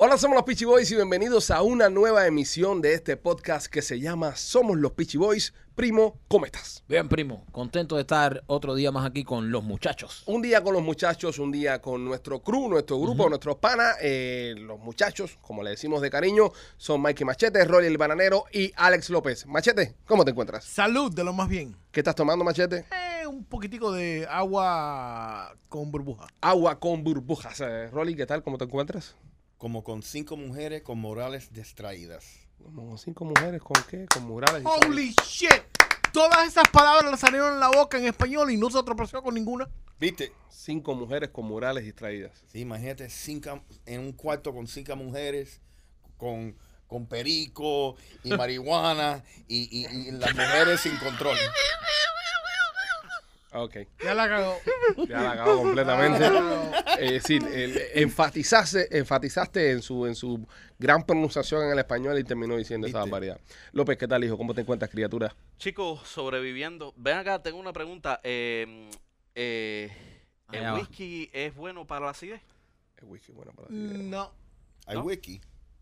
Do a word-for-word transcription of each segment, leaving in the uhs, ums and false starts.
Hola, somos los Peachy Boys y bienvenidos a una nueva emisión de este podcast que se llama Somos los Peachy Boys. Primo, ¿cómo estás? Bien, primo. Contento de estar otro día más aquí con los muchachos. Un día con los muchachos, un día con nuestro crew, nuestro grupo, uh-huh. nuestros panas. Eh, los muchachos, como le decimos de cariño, son Mikey Machete, Rolly el Bananero y Alex López. Machete, ¿cómo te encuentras? Salud, de lo más bien. ¿Qué estás tomando, Machete? Eh, un poquitico de agua con burbuja. Agua con burbujas. Eh, Rolly, ¿qué tal? ¿Cómo te encuentras? Como con cinco mujeres con morales distraídas. ¿Como con cinco mujeres con qué? Con murales. ¡Holy shit! Todas esas palabras las salieron en la boca en español y no se atropelló con ninguna. ¿Viste? Cinco mujeres con murales distraídas. Sí, imagínate, cinco, en un cuarto con cinco mujeres, con, con perico y marihuana y, y, y las mujeres sin control. Ok. Ya la cagó. Ya la cagó completamente. Eh, sí, el, enfatizaste, enfatizaste en su, en su gran pronunciación en el español y terminó diciendo ¿Viste? Esa barbaridad. López, ¿qué tal, hijo? ¿Cómo te encuentras, criatura? Chicos, sobreviviendo. Ven acá, tengo una pregunta. Eh, eh, ¿El Allá whisky va. es bueno para la acidez? El whisky es bueno para la acidez. No. ¿Hay ¿No? whisky?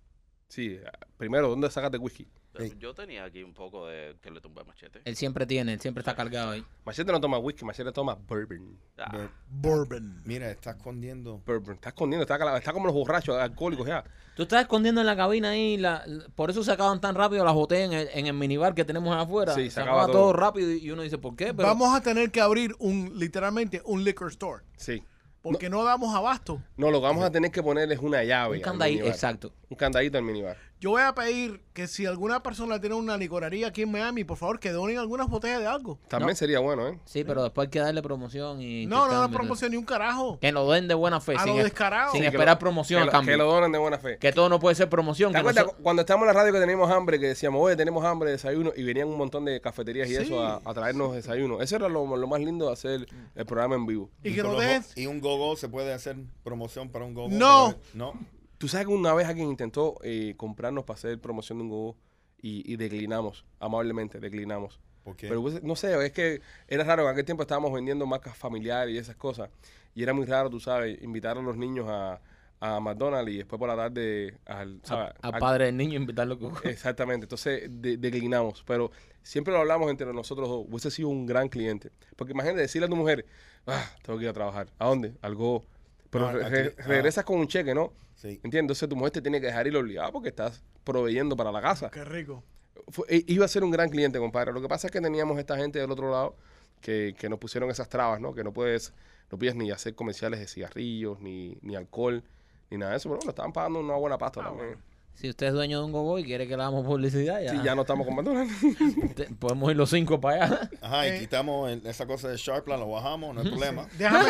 Sí. Primero, ¿dónde sacas de whisky? Sí. Yo tenía aquí un poco de que le tumbé a Machete. Él siempre tiene, él siempre está cargado ahí. Machete no toma whisky, Machete toma bourbon. Ah. Bourbon. Mira, está escondiendo. Bourbon. Está escondiendo, está, está como los borrachos alcohólicos ya. Tú estás escondiendo en la cabina ahí, la, la, por eso se acaban tan rápido las botellas en el, en el minibar que tenemos afuera. Sí, se, se acaba, acaba todo. todo rápido y uno dice, ¿por qué? Pero... Vamos a tener que abrir un, literalmente, un liquor store. Sí. Porque no, no damos abasto. No, lo que vamos a tener que poner es una llave. Un candadito, exacto. Un candadito al minibar. Yo voy a pedir que si alguna persona tiene una licorería aquí en Miami, por favor, que donen algunas botellas de algo. También no. sería bueno, ¿eh? Sí, pero después hay que darle promoción y... No, no da promoción ni un carajo. Que lo den de buena fe. A sin lo descarado. Sin Sí, esperar lo, promoción que a lo, cambio. Que lo donen de buena fe. Que todo no puede ser promoción. ¿Te que acuerdas nosotros... cuando estábamos en la radio que teníamos hambre, que decíamos, oye, tenemos hambre de desayuno, y venían un montón de cafeterías y Sí. eso a, a traernos desayuno? Eso era lo, lo más lindo de hacer el programa en vivo. Y que Con no los dejes... go- Y un gogo se puede hacer promoción para un gogo. No. No. Tú sabes que una vez alguien intentó eh, comprarnos para hacer promoción de un gogo y, y declinamos, amablemente declinamos. ¿Por qué? Pero pues, no sé, es que era raro, en aquel tiempo estábamos vendiendo marcas familiares y esas cosas. Y era muy raro, tú sabes, invitar a los niños a, a McDonald's y después por la tarde al, ¿sabes? Al Al- padre del niño invitarlo con... Exactamente, entonces de, declinamos, pero siempre lo hablamos entre nosotros dos, hubiese sido un gran cliente, porque imagínate decirle a tu mujer, ah, tengo que ir a trabajar, ¿a dónde? Algo, pero No, re- aquí- re- ah. regresas con un cheque, ¿no? Sí. ¿Entiendes? Entonces tu mujer te tiene que dejar ir obligado porque estás proveyendo para la casa. Qué rico. Fue- i- iba a ser un gran cliente, compadre, lo que pasa es que teníamos esta gente del otro lado que, que nos pusieron esas trabas, ¿no? Que no puedes, no puedes ni hacer comerciales de cigarrillos, ni, ni alcohol, ni nada de eso, pero bueno, estaban pagando una buena pasta Ah, también. bueno. Si usted es dueño de un gogo y quiere que le hagamos publicidad, ya, Sí, ya no estamos con McDonald's. Te- podemos ir los cinco para allá. Ajá, y Eh. quitamos el- esa cosa de Sharpland, lo bajamos, no hay problema. Déjame.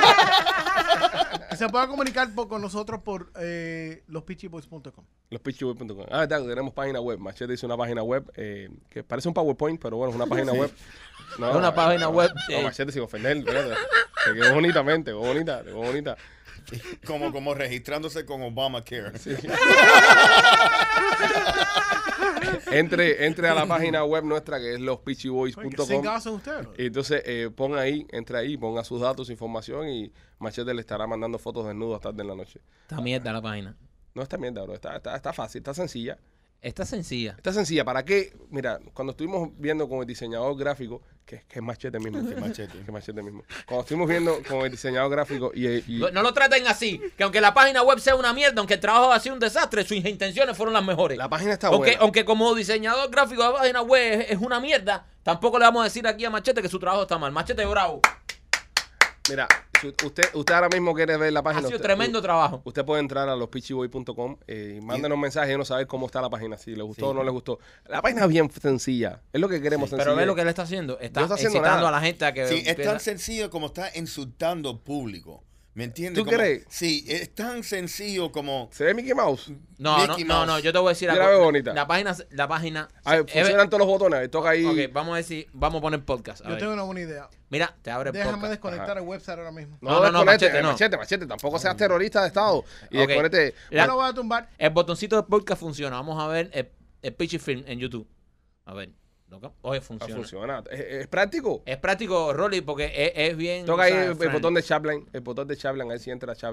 Se puede comunicar por- con nosotros por eh, los peachy boys punto com. Los peachy boys punto com. Ah, verdad, tenemos página web. Machete hizo una página web eh, que parece un PowerPoint, pero bueno, es una página web. No, Es una página web. No, eh, Machete sin ofender, espérate. Te quedó bonitamente, quedó bonita, quedó bonita. Como, como registrándose con Obamacare. Sí. entre, entre a la página web nuestra que es los peachy boys punto ¿Qué com. hacen ustedes? Y entonces eh, ponga ahí, entre ahí, ponga sus datos, su información y Machete le estará mandando fotos desnudos tarde en la noche. Esta mierda la página. No está mierda, bro. Está, está, está fácil, está sencilla. Está sencilla. Está sencilla. ¿Para qué? Mira, cuando estuvimos viendo con el diseñador gráfico, que, que es Machete mismo. Que Machete. Que es Machete mismo. Cuando estuvimos viendo con el diseñador gráfico y... y No, no lo traten así. Que aunque la página web sea una mierda, aunque el trabajo ha sido un desastre, sus intenciones fueron las mejores. la página está Aunque, buena. aunque como diseñador gráfico de la página web es, es una mierda, tampoco le vamos a decir aquí a Machete que su trabajo está mal. Machete, bravo. Mira, si usted, usted ahora mismo quiere ver la página... Ha sido usted, tremendo u- trabajo. Usted puede entrar a los peachy boys punto com eh, y mándenos mensajes y no saber cómo está la página, si le gustó Sí. o no le gustó. La página es bien sencilla. Es lo que queremos, Pero sencilla. ve lo que él está haciendo. Está, No está haciendo excitando nada. a la gente a que... Sí, es empieza- tan sencillo como está insultando al público. ¿Me entiendes? ¿Tú Como- crees? Sí, es tan sencillo como... ¿Se ve Mickey Mouse? No, no, Mickey no, Mouse. no, yo te voy a decir Yo algo. la veo bonita. La página, la página... A ver, es- funcionan todos los botones. Toca ahí... Ok, vamos a decir, vamos a poner podcast. A Yo ver. tengo una buena idea. Mira, te abre el Déjame podcast. desconectar Ajá. el website ahora mismo. No, No, no, no, desconecte, Machete, no. machete, machete. Tampoco seas terrorista de Estado. Y Ok. desconecte. Mira, Yo lo voy a tumbar. el botoncito de podcast funciona. Vamos a ver el, el Peachy Film en YouTube. A ver. loco. Oye, Ah, funciona. funciona. ¿Es, es práctico? Es práctico, Rolly, porque es, es bien... Toca o ahí sea, el, el friendly. botón de Chaplin. El botón de Chaplin. Ahí sí entra Chaplin.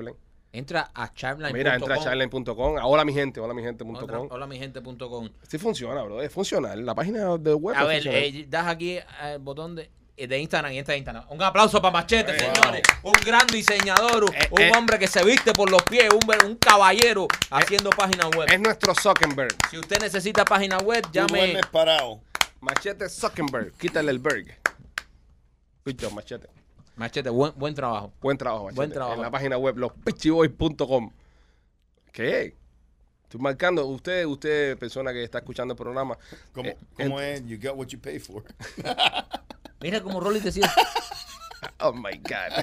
Entra a charline punto com. Mira, entra a charline punto com. Hola mi gente, hola mi gente punto com. Hola mi gente punto com. Sí funciona, bro. Es funcional. La página de web A es ver, funcional. eh, das aquí el botón de, de Instagram y entra a Instagram. Un aplauso para Machete, Wow. señores. Un gran diseñador, Eh, un eh. hombre que se viste por los pies, un, un caballero haciendo página web. Es nuestro Zuckerberg. Si usted necesita página web, Tú llame. duermes parado. Machete Zuckerberg. Quítale el berg. Good job, Machete. Machete, buen, buen trabajo. Buen trabajo, Machete. Buen trabajo. En la página web, los pitchyboys punto com. ¿Qué? Estoy marcando. Usted, usted, persona que está escuchando el programa. ¿Cómo, eh, cómo es? You get what you pay for. Mira como Rolly decía. Oh my God.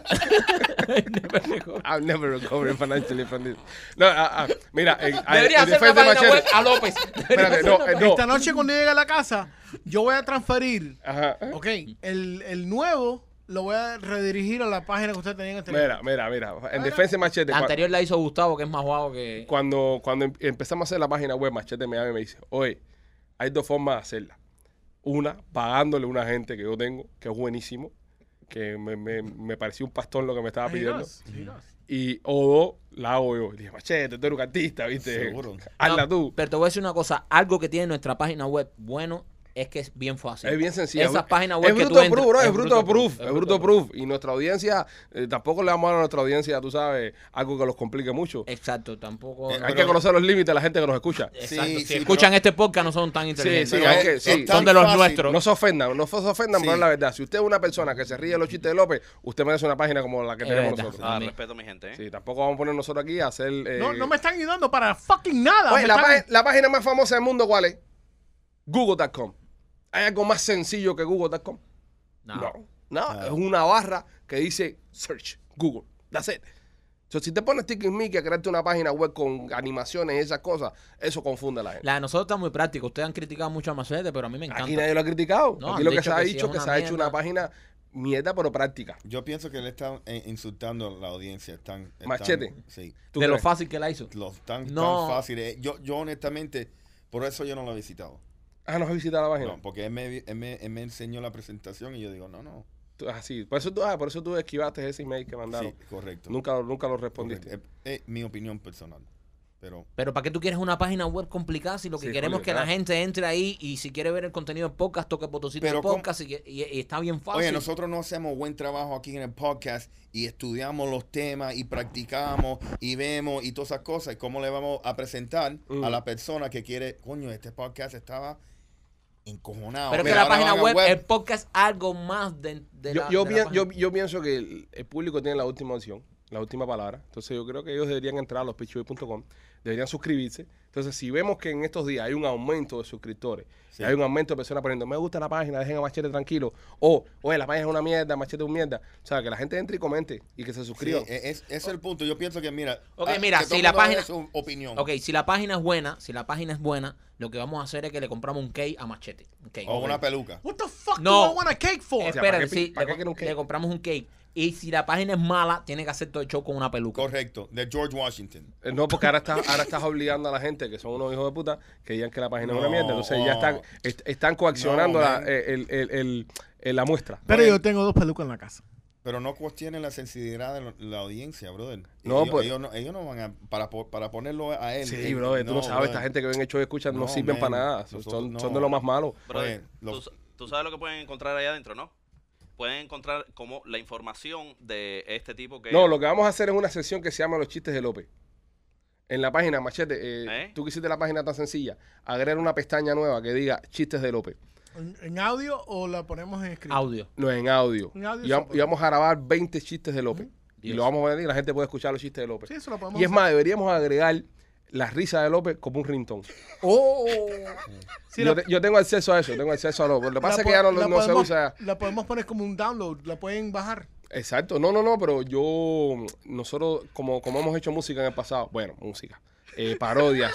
I'll never recover financially from this. No, ah, ah, mira, en, Debería en hacer una defensa de página web Machete. a López. Espérate, no, eh, no. Esta noche cuando llegue a la casa, yo voy a transferir, Ajá. ok, el, el nuevo lo voy a redirigir a la página que usted tenía en el teléfono. Mira, mira, mira. En defensa de Machete. La cua- anterior la hizo Gustavo, que es más guapo que. Cuando, cuando em- empezamos a hacer la página web, Machete me llama y me dice, oye, hay dos formas de hacerla. Una, pagándole a una gente que yo tengo, que es buenísimo, que me, me, me pareció un pastor lo que me estaba He pidiendo. does, he does. Y o dos, la hago yo. Y dije, Machete, tú eres un artista, ¿viste? Seguro. Hazla No, tú. Pero te voy a decir una cosa. Algo que tiene nuestra página web bueno es que es bien fácil. Es bien sencillo. Esas páginas web es que bruto tú entras, proof, bro. Es, es bruto bruto proof. proof, Es bruto proof. Y nuestra audiencia, eh, tampoco le vamos a dar a nuestra audiencia, tú sabes, algo que los complique mucho. Exacto, tampoco. Eh, Hay pero- que conocer los límites de la gente que nos escucha. Exacto. Sí, si sí, escuchan pero- este podcast, no son tan inteligentes. sí, Pero hay es- que- es sí. tan Son de los fácil. nuestros. No se ofendan, no se ofendan, Sí. pero es la verdad. Si usted es una persona que se ríe de los chistes de López, usted merece una página como la que Es tenemos verdad. nosotros. Ah, Amén. respeto a mi gente, ¿eh? Sí, tampoco vamos a poner nosotros aquí a hacer. eh, No, no me están ayudando para fucking nada. Oye, me la, están- pá- la página más famosa del mundo, ¿cuál es? Google punto com. ¿Hay algo más sencillo que Google punto com? No. No. No, No. es una barra que dice search, Google. That's it. So, si te pones Tiki Mickey a crearte una página web con animaciones y esas cosas, eso confunde a la gente. La de nosotros está muy práctica. Ustedes han criticado mucho a Machete, pero a mí me encanta. Aquí nadie lo ha criticado. No, Aquí han lo que dicho se ha que sí, dicho es es que una se ha hecho mierda. una página mierda, pero práctica. Yo pienso que le están eh, insultando a la audiencia. Están, están- Machete. Sí. ¿Tú De lo crees? fácil que la hizo. Los tan, No. tan fáciles. Yo, yo honestamente, por eso yo no lo he visitado. Ah, ¿no has visitado la página? No, porque él me, él me, él me enseñó la presentación y yo digo, no, no. Tú- ah, sí. Por eso tú, ah, por eso tú esquivaste ese email que mandaron. Sí, correcto. Nunca, nunca lo respondiste. Correcto. Es, es mi opinión personal. Pero Pero ¿para qué tú quieres una página web complicada si lo que Sí, queremos es que la complicada. gente entre ahí y si quiere ver el contenido del podcast, toque botoncito Pero del ¿cómo? podcast y, y- y está bien fácil? oye, nosotros no hacemos buen trabajo aquí en el podcast y estudiamos los temas y practicamos y vemos y todas esas cosas. ¿Y cómo le vamos a presentar Mm. a la persona que quiere, coño, este podcast estaba encojonado? Pero es que Mira, la ahora página van a web, el podcast algo más de, de yo, la, yo, de la pien- página. yo, yo pienso que el, el público tiene la última opción, la última palabra. Entonces yo creo que ellos deberían entrar a los pitchyboys punto com, deberían suscribirse. Entonces si vemos que en estos días hay un aumento de suscriptores, Sí. hay un aumento de personas poniendo, me gusta la página, dejen a Machete tranquilo, o, oye, la página es una mierda, Machete es una mierda. O sea, que la gente entre y comente y que se Sí, suscriba. es, es- ese es el punto. Yo pienso que, mira, Ok, ah, mira, que todo si el la mundo página- dé su opinión. Ok, si la página es buena, si la página es buena, lo que vamos a hacer es que le compramos un cake a Machete. Un cake. O una peluca. What the fuck No. do I want a cake for? sea, Espérate, ¿para qué pi- sí, para le, qué quiere un cake? le compramos un cake. Y si la página es mala, tiene que hacer todo el show con una peluca. Correcto, de George Washington. Eh, No, porque ahora estás, ahora estás obligando a la gente, que son unos hijos de puta, que digan que la página es una No. mierda. Entonces ya están, est- están coaccionando No, la, man. eh, el, el- el- el- la muestra. Pero Oye. yo tengo dos pelucas en la casa. Pero no cuestionen la sensibilidad de lo- la audiencia, brother. No, ellos, pues- ellos no, ellos no van a, para, po- para ponerlo a él. Sí, eh, bro, tú no sabes, brother. esta gente que ven hecho y escuchan no, No, sirven man, para nada. Son, nosotros son- no. son de lo más malo. Brother, Oye, lo- tú, tú sabes lo que pueden encontrar ahí adentro, ¿no? Pueden encontrar como la información de este tipo que... No, lo que vamos a hacer es una sección que se llama Los Chistes de López. En la página, Machete, eh, ¿Eh? tú que hiciste la página tan sencilla, agregar una pestaña nueva que diga Chistes de López. ¿En, en audio o la ponemos en escrito? Audio. No, en audio. En audio y, vam- se puede. y vamos a grabar veinte chistes de López. Y Dios. lo vamos a ver y la gente puede escuchar los chistes de López. Sí, eso lo podemos Y es hacer. más, deberíamos agregar la risa de López como un ringtone. ¡Oh! Sí, yo, la- te- yo tengo acceso a eso, tengo acceso a López. Lo que pasa la es que ya no, po- la no se podemos- usa. La podemos poner como un download, la pueden bajar. Exacto, no, no, no, pero yo, nosotros, como, como hemos hecho música en el pasado, bueno, música, eh, parodias,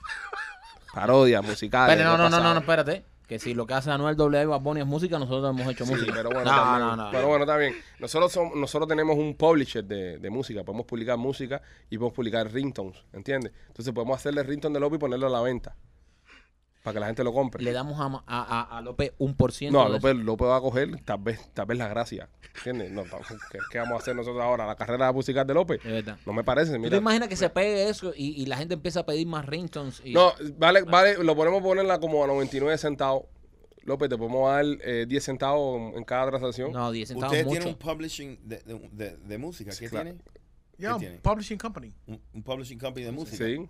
parodias musicales. Espérate, no, en el no, no, no, pasado. no, espérate. Que si lo que hace Anuel doble A Bad Bunny es música, nosotros hemos hecho Sí, música. pero bueno, no, también- no, no, pero no. bueno, está bien. Nosotros somos, nosotros tenemos un publisher de, de música, podemos publicar música y podemos publicar ringtones, ¿entiendes? Entonces podemos hacerle ringtone de López y ponerlo a la venta. para que la gente lo compre. le damos a, Ma- a, a, a López un por ciento. No, de López, López va a coger tal vez, tal vez la gracia. ¿Entiendes? No, ¿qué, qué vamos a hacer nosotros ahora? ¿La carrera musical de López? eso. De verdad. No me parece, ¿Tú te mira. imaginas que se pegue eso y, y la gente empieza a pedir más ringtones? Y... No, vale, vale, lo ponemos ponerla como a noventa y nueve centavos. López, te podemos dar eh, diez centavos en, en cada transacción. No, diez centavos Ustedes mucho. tienen un publishing de, de, de, de música. ¿Qué Claro. tiene? Yeah, tiene? publishing company. Un, un publishing company de música. Sí,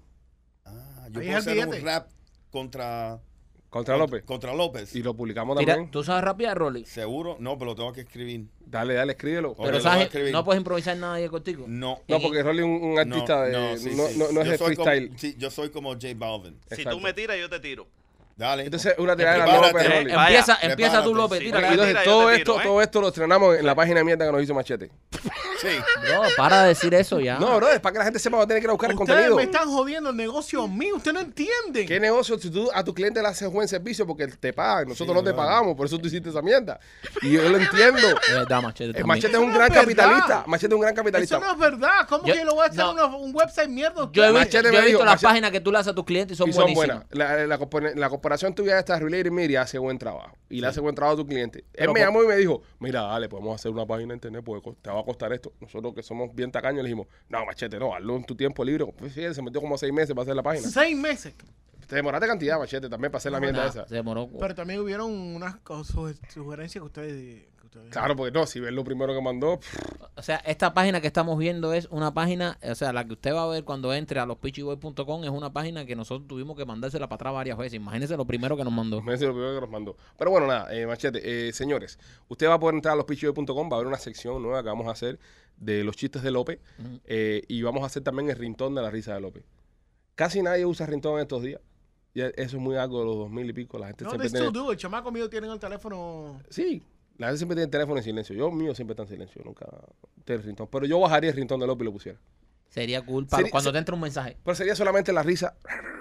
Ah, yo Ahí puedo es el hacer un billete. rap contra, contra López. contra López. Y lo publicamos Mira, también. ¿tú sabes rapear, Rolly? ¿Seguro? No, pero lo tengo que escribir. Dale, dale, escríbelo. Ok, Pero lo voy a sabes, escribir. no puedes improvisar nada ahí contigo. No. No, porque Rolly es un, un artista de. No, sí, no, sí. no, no es Yo de soy como- freestyle. sí, yo soy como J Balvin. Si Exacto. tú me tiras, yo te tiro. Dale. Entonces, una tirada de Prepárate. López, Eh, Rolly. Vaya, empieza empieza tú, prepárate. López, Sí, tírala. porque- Entonces, Mira, yo todo te esto, tiro, ¿eh? todo esto lo estrenamos en la página de mierda que nos hizo Machete. Sí. Bro, para de decir eso ya. No, bro, es para que la gente sepa que va a tener que ir a buscar el Ustedes contenido. me están jodiendo el negocio mío. Ustedes no entienden. ¿Qué negocio? Si tú a tu cliente le haces buen servicio porque él te paga, nosotros Sí, no te claro. pagamos, por eso tú hiciste esa mierda. Y yo lo entiendo. De verdad, Machete. Eh, también. Machete es un Eso no gran es verdad. capitalista. Machete es un gran Eso capitalista. no es verdad. ¿Cómo Yo- que lo voy a hacer no. una- un website mierda? Yo he ustedes? visto, Machete yo me he visto dijo, las Machete- páginas que tú le haces a tus clientes y son, Y son buenísimas. buenas. La, la, corpora- la corporación tuya, esta Related Media, hace buen trabajo. Y le hace buen trabajo a tu cliente. Él Pero me con- llamó y me dijo, mira, dale, podemos hacer una página de internet porque co- te va a costar esto. Nosotros que somos bien tacaños le dijimos, no, Machete, no, hazlo en tu tiempo libre. Pues sí, él se metió como seis meses para hacer la página. Seis meses. Te demoraste cantidad, Machete, también para hacer la mierda Nah, esa. se demoró. Pero también hubieron unas cosas, sugerencias que ustedes... que ustedes- Claro, porque no, si ves lo primero que mandó, pff, O sea, esta página que estamos viendo es una página, o sea, la que usted va a ver cuando entre a los pitchyboy punto com es una página que nosotros tuvimos que mandársela para atrás varias veces. Imagínense lo primero que nos mandó. me dice lo primero que nos mandó. Pero bueno, nada, eh, Machete, eh, señores, usted va a poder entrar a los pitchyboy punto com, va a haber una sección nueva que vamos a hacer de los chistes de López Ujú. eh, y vamos a hacer también el rintón de la risa de López. Casi nadie usa rintón en estos días. Y eso es muy algo de los dos mil y pico. La gente No, siempre they still tiene... do. El chamaco mío tiene el teléfono... Sí, la gente siempre tiene el teléfono en silencio. Yo mío siempre está en silencio, nunca tiene el rintón. Pero yo bajaría el rintón de López y lo pusiera. Sería cool para Sería- cuando se- te entre un mensaje. Pero sería solamente la risa.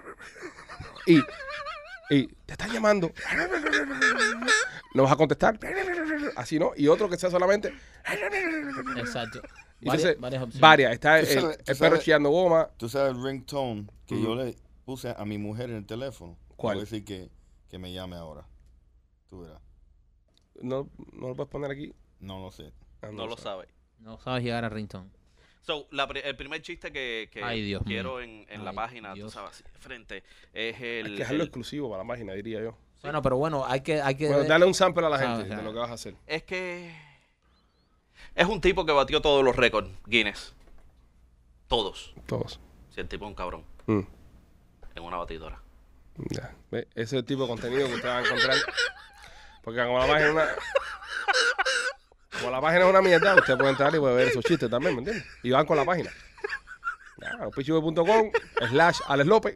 Y, y te están llamando. No vas a contestar. Así, ¿no? Y otro que sea solamente. Exacto. Y Varias, entonces, varias opciones. varias. Está el, Tú sabes- el tú perro sabes- chillando goma. Tú sabes el ringtone que Ujú. yo le puse a mi mujer en el teléfono. ¿Cuál? Voy a decir que, que me llame ahora. Tú verás. No, no lo puedes poner aquí. No lo sé. Ah, No lo sé. sabe. No sabes llegar a Ringtone. So, la pri- el primer chiste que, que Ay, Dios quiero mío. en, en la Ay, página, Dios. tú sabes, así, de frente, es el... Hay que dejarlo el- exclusivo para la página, diría yo. Bueno, pero bueno, hay que, hay que Bueno, ver- dale un sample a la Sabes, gente de sabes. lo que vas a hacer. es que es un tipo que batió todos los récords Guinness. Todos. Todos. Si el tipo es un cabrón. Mm, En una batidora. ya. ¿Ve? Ese es el tipo de contenido que usted va a encontrar. Porque como la página es una. Como la página es una mierda, usted puede entrar y puede ver esos chistes también, ¿me entiendes? Y van con la página. Ya, pitchyboy punto com slash Alex López.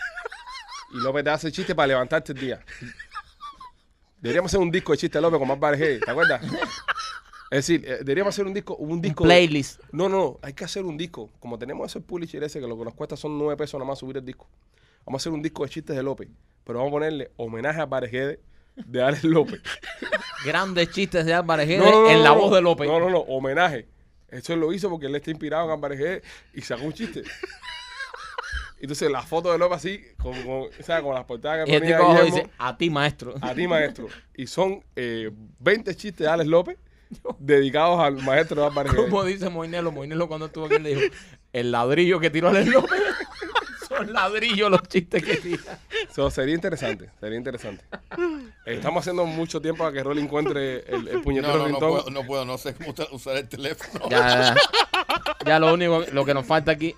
Y López te hace chiste para levantarte el día. Deberíamos hacer un disco de chistes de López con más G, ¿te acuerdas? Es decir, eh, deberíamos hacer un disco, un un disco. de- playlist. No, no, no, hay que hacer un disco. Como tenemos ese publisher ese que lo que nos cuesta son nueve pesos nada más subir el disco. Vamos a hacer un disco de chistes de López. Pero vamos a ponerle homenaje a Parejede de Alex López. Grandes chistes de Álvarez Guedes No, no, no, en la no, voz de López. No, no, no, homenaje. Eso él lo hizo porque él está inspirado en Álvarez Guedes y sacó un chiste. Entonces la foto de López así, con, con, o sea, con las portadas que Y el ponía tipo abajo Guillermo, dice, a ti, maestro. a ti maestro. Y son eh, veinte chistes de Alex López dedicados al maestro de Álvarez Guedes. Como dice Moinelo, Moinelo cuando estuvo aquí le dijo, el ladrillo que tiró Alex López. Son ladrillos los chistes que tira. So, sería interesante, sería interesante. Eh, estamos haciendo mucho tiempo para que Rolly encuentre el, el No, puñetero no, no rintón. puedo, no puedo, no sé cómo usar- usar el teléfono. Ya, ya, ya. Ya lo único, lo que nos falta aquí.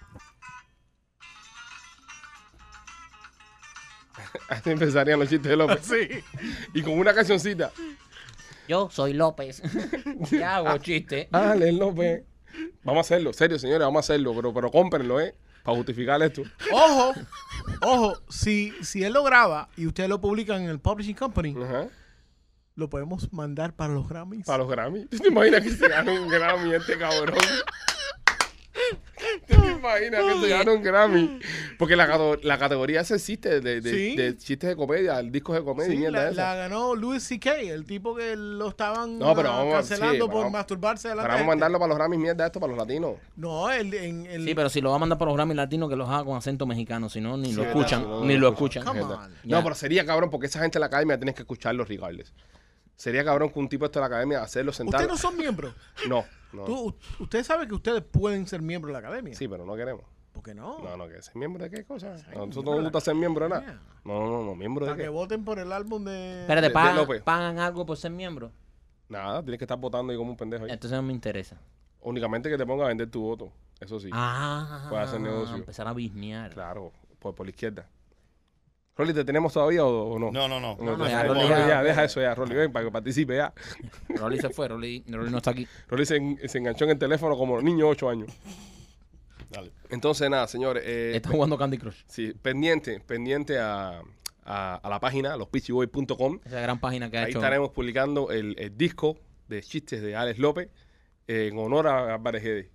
Así empezarían los chistes de López. Sí. Y con una cancioncita. Yo soy López. Ya hago chiste. Alex López. Vamos a hacerlo, serio, señores, vamos a hacerlo. Pero, pero cómprenlo, ¿eh? Para justificar esto. Ojo, ojo, si, si él lo graba y ustedes lo publican en el Publishing Company, Ajá. lo podemos mandar para los Grammys. Para los Grammy. ¿Tú te imaginas que se gana un Grammy este cabrón? imaginas que se gana un Grammy? Porque la, cato- la categoría esa existe de, de, Sí. de chistes de comedia, discos de comedia y Sí, mierda la, esa. la ganó Louis C K, el tipo que lo estaban No, pero ah, vamos- cancelando sí, por vamos- masturbarse delante Para vamos a de gente. mandarlo para los Grammys, mierda, esto para los latinos. No, el, en, el, Sí, pero si lo va a mandar para los Grammy latinos, que los haga con acento mexicano. Si no, ni lo Sí, escuchan. verdad, no, ni no lo lo escuchan. Come Verdad. on. Ya. No, pero sería cabrón porque esa gente en la academia tienes que escucharlos regardless. Sería cabrón que un tipo esto de la academia hacerlo sentado. Ustedes no son miembros. No, no. Tú, usted sabe que ustedes pueden ser miembros de la academia. Sí, pero no queremos. ¿Por qué no? No, no, que ser miembro de qué cosa. A nosotros miembro no nos de gusta la ser miembro de nada. academia. No, no, no, miembro de Para que qué. voten por el álbum de... Espérate, de pagan, López. pagan algo por ser miembro. Nada, tienes que estar votando ahí como un pendejo ahí. Entonces no me interesa. Únicamente que te ponga a vender tu voto. Eso sí. Ah, Puede hacer negocio. empezar a bisnear. Claro, por, por la izquierda. Rolly, ¿te tenemos todavía o, o no? No, no, no. No, no, deja, ya, Rolly ya, ya- deja eso ya, Rolly, ven para que participe ya. Rolly se fue, Rolly, Rolly no está aquí. Rolly se, en- se enganchó en el teléfono como niño de ocho años. Dale. Entonces, nada, señores. Eh, Está jugando Candy Crush. sí, pendiente, pendiente a, a, a la página, los pitchy boys punto com. Esa gran página que ha Ahí hecho. estaremos publicando el, el disco de chistes de Alex López eh, en honor a Álvarez Gede.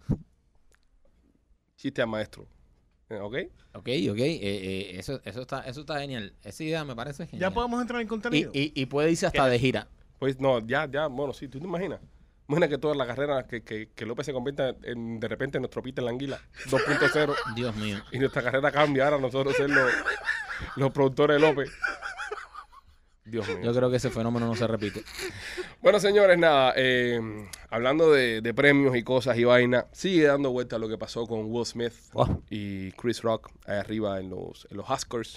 Chiste al maestro. Eh, ¿Ok? Ok, ok. eh, eh, eso, eso, está, eso está genial. Esa idea me parece genial. Ya podemos entrar en y, contenido. y, y puede irse hasta de gira. Pues no, ya, ya, bueno, sí, tú te imaginas. Imagina que toda la carrera, que, que, que López se convierta en, de repente en nuestro Peter Languila dos punto cero Dios mío. y nuestra carrera cambia ahora nosotros ser los, los productores de López. Dios mío. Yo creo que ese fenómeno no se repite. Bueno, señores, nada, eh, hablando de, de premios y cosas y vaina, sigue dando vuelta lo que pasó con Will Smith Oh. y Chris Rock ahí arriba en los, en los Oscars,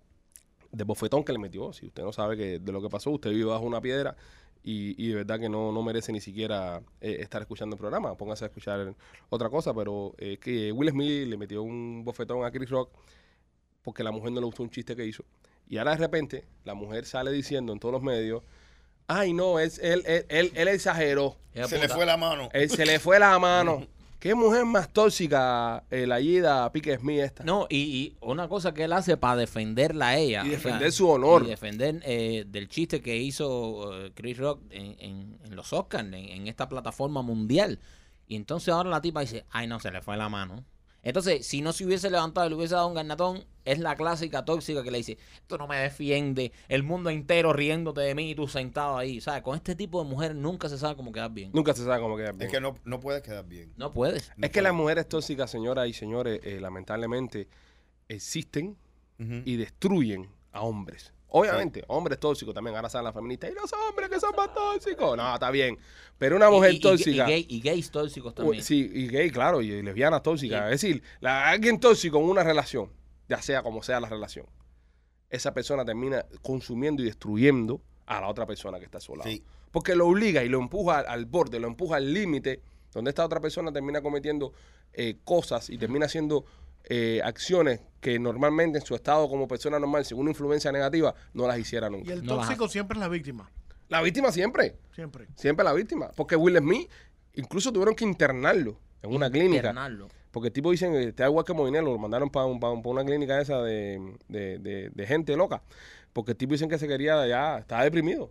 de bofetón que le metió. Si usted no sabe que de lo que pasó, usted vive bajo una piedra y, y de verdad que no, no merece ni siquiera eh, estar escuchando el programa. Póngase a escuchar otra cosa, pero eh, que Will Smith le metió un bofetón a Chris Rock porque la mujer no le gustó un chiste que hizo. Y ahora de repente la mujer sale diciendo en todos los medios, ay no, es, él, él, él, él exageró, Hija Se le puta. fue la mano. él, se le fue la mano. ¿Qué mujer más tóxica eh, la Yida Pique Smith esta? No, y, y una cosa que él hace para defenderla a ella. Y o defender sea, su honor. Y defender eh, del chiste que hizo eh, Chris Rock en, en- en los Oscars, en, en esta plataforma mundial. Y entonces ahora la tipa dice, ay no, se le fue la mano. Entonces, si no se hubiese levantado y le hubiese dado un garnatón, es la clásica tóxica que le dice, esto no me defiende, el mundo entero riéndote de mí y tú sentado ahí. ¿Sabes? Con este tipo de mujer nunca se sabe cómo quedar bien. Nunca se sabe cómo quedar bien. Es que no, no puedes quedar bien. No puedes. No es que las puedes. mujeres tóxicas, señoras y señores, eh, lamentablemente existen Ujú. y destruyen a hombres. Obviamente, hombres tóxicos también. Ahora salen las feministas. Y los hombres que son más tóxicos. No, está bien. Pero una mujer Y- y- y- tóxica. Y, gay- y gays tóxicos también. Sí, y gay, claro, y lesbianas tóxicas. Sí. Es decir, la- alguien tóxico en una relación, ya sea como sea la relación, esa persona termina consumiendo y destruyendo a la otra persona que está a su lado. Sí. Porque lo obliga y lo empuja al, al borde, lo empuja al límite, donde esta otra persona termina cometiendo eh, cosas y termina haciendo eh, acciones que normalmente en su estado como persona normal, según una influencia negativa, no las hiciera Y nunca. el No las tóxico siempre es la víctima. La víctima siempre, Siempre. siempre la víctima. Porque Will Smith incluso tuvieron que internarlo en una clínica. Internarlo. Porque el tipo dicen que está igual que Moinelo, lo mandaron para una clínica esa de, de, de- de gente loca. Porque el tipo dicen que se quería, ya estaba deprimido.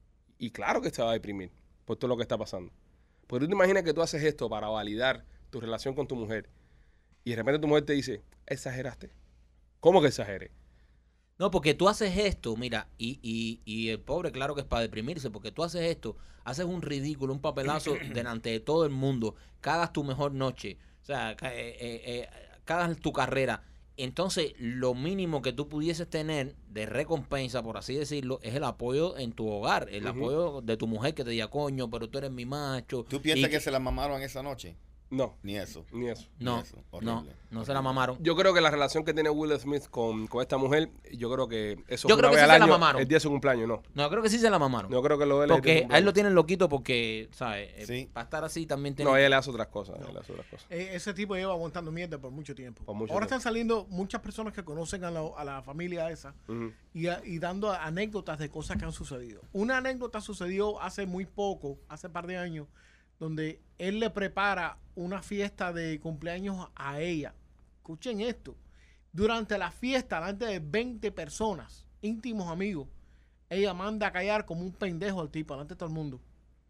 Y claro que estaba deprimido por todo lo que está pasando. Porque tú te imaginas que tú haces esto para validar tu relación con tu mujer. Y de repente tu mujer te dice, exageraste. ¿Cómo que exageré? No, porque tú haces esto, mira, y, y, y el pobre, claro que es para deprimirse, porque tú haces esto, haces un ridículo, un papelazo delante de todo el mundo, cagas tu mejor noche, o sea, ca- eh, eh, eh, cagas tu carrera. Entonces, lo mínimo que tú pudieses tener de recompensa, por así decirlo, es el apoyo en tu hogar, el Ujú. apoyo de tu mujer que te diga, coño, pero tú eres mi macho. ¿Tú piensas y que se la mamaron esa noche? No, Ni eso. ni eso. No, Eso, no, horrible, no se la mamaron. Yo creo que la relación que tiene Will Smith con, con esta mujer, yo creo que eso Yo es creo una que vez sí al se la año, mamaron. el día de su cumpleaños, no. No, creo que sí se la mamaron. Yo creo que lo de él es el día de Porque su a él lo cumpleaños. tienen loquito porque, ¿sabes? Eh, Sí. Para estar así también tiene... No, ella le hace otras cosas. él hace otras cosas. Eh, ese tipo lleva aguantando mierda por mucho tiempo. Por mucho Ahora tiempo. están saliendo muchas personas que conocen a la, a la familia esa Ujú. y, a- y dando anécdotas de cosas que han sucedido. Una anécdota sucedió hace muy poco, hace par de años, donde él le prepara una fiesta de cumpleaños a ella. Escuchen esto. Durante la fiesta, delante de veinte personas, íntimos amigos, ella manda a callar como un pendejo al tipo, delante de todo el mundo.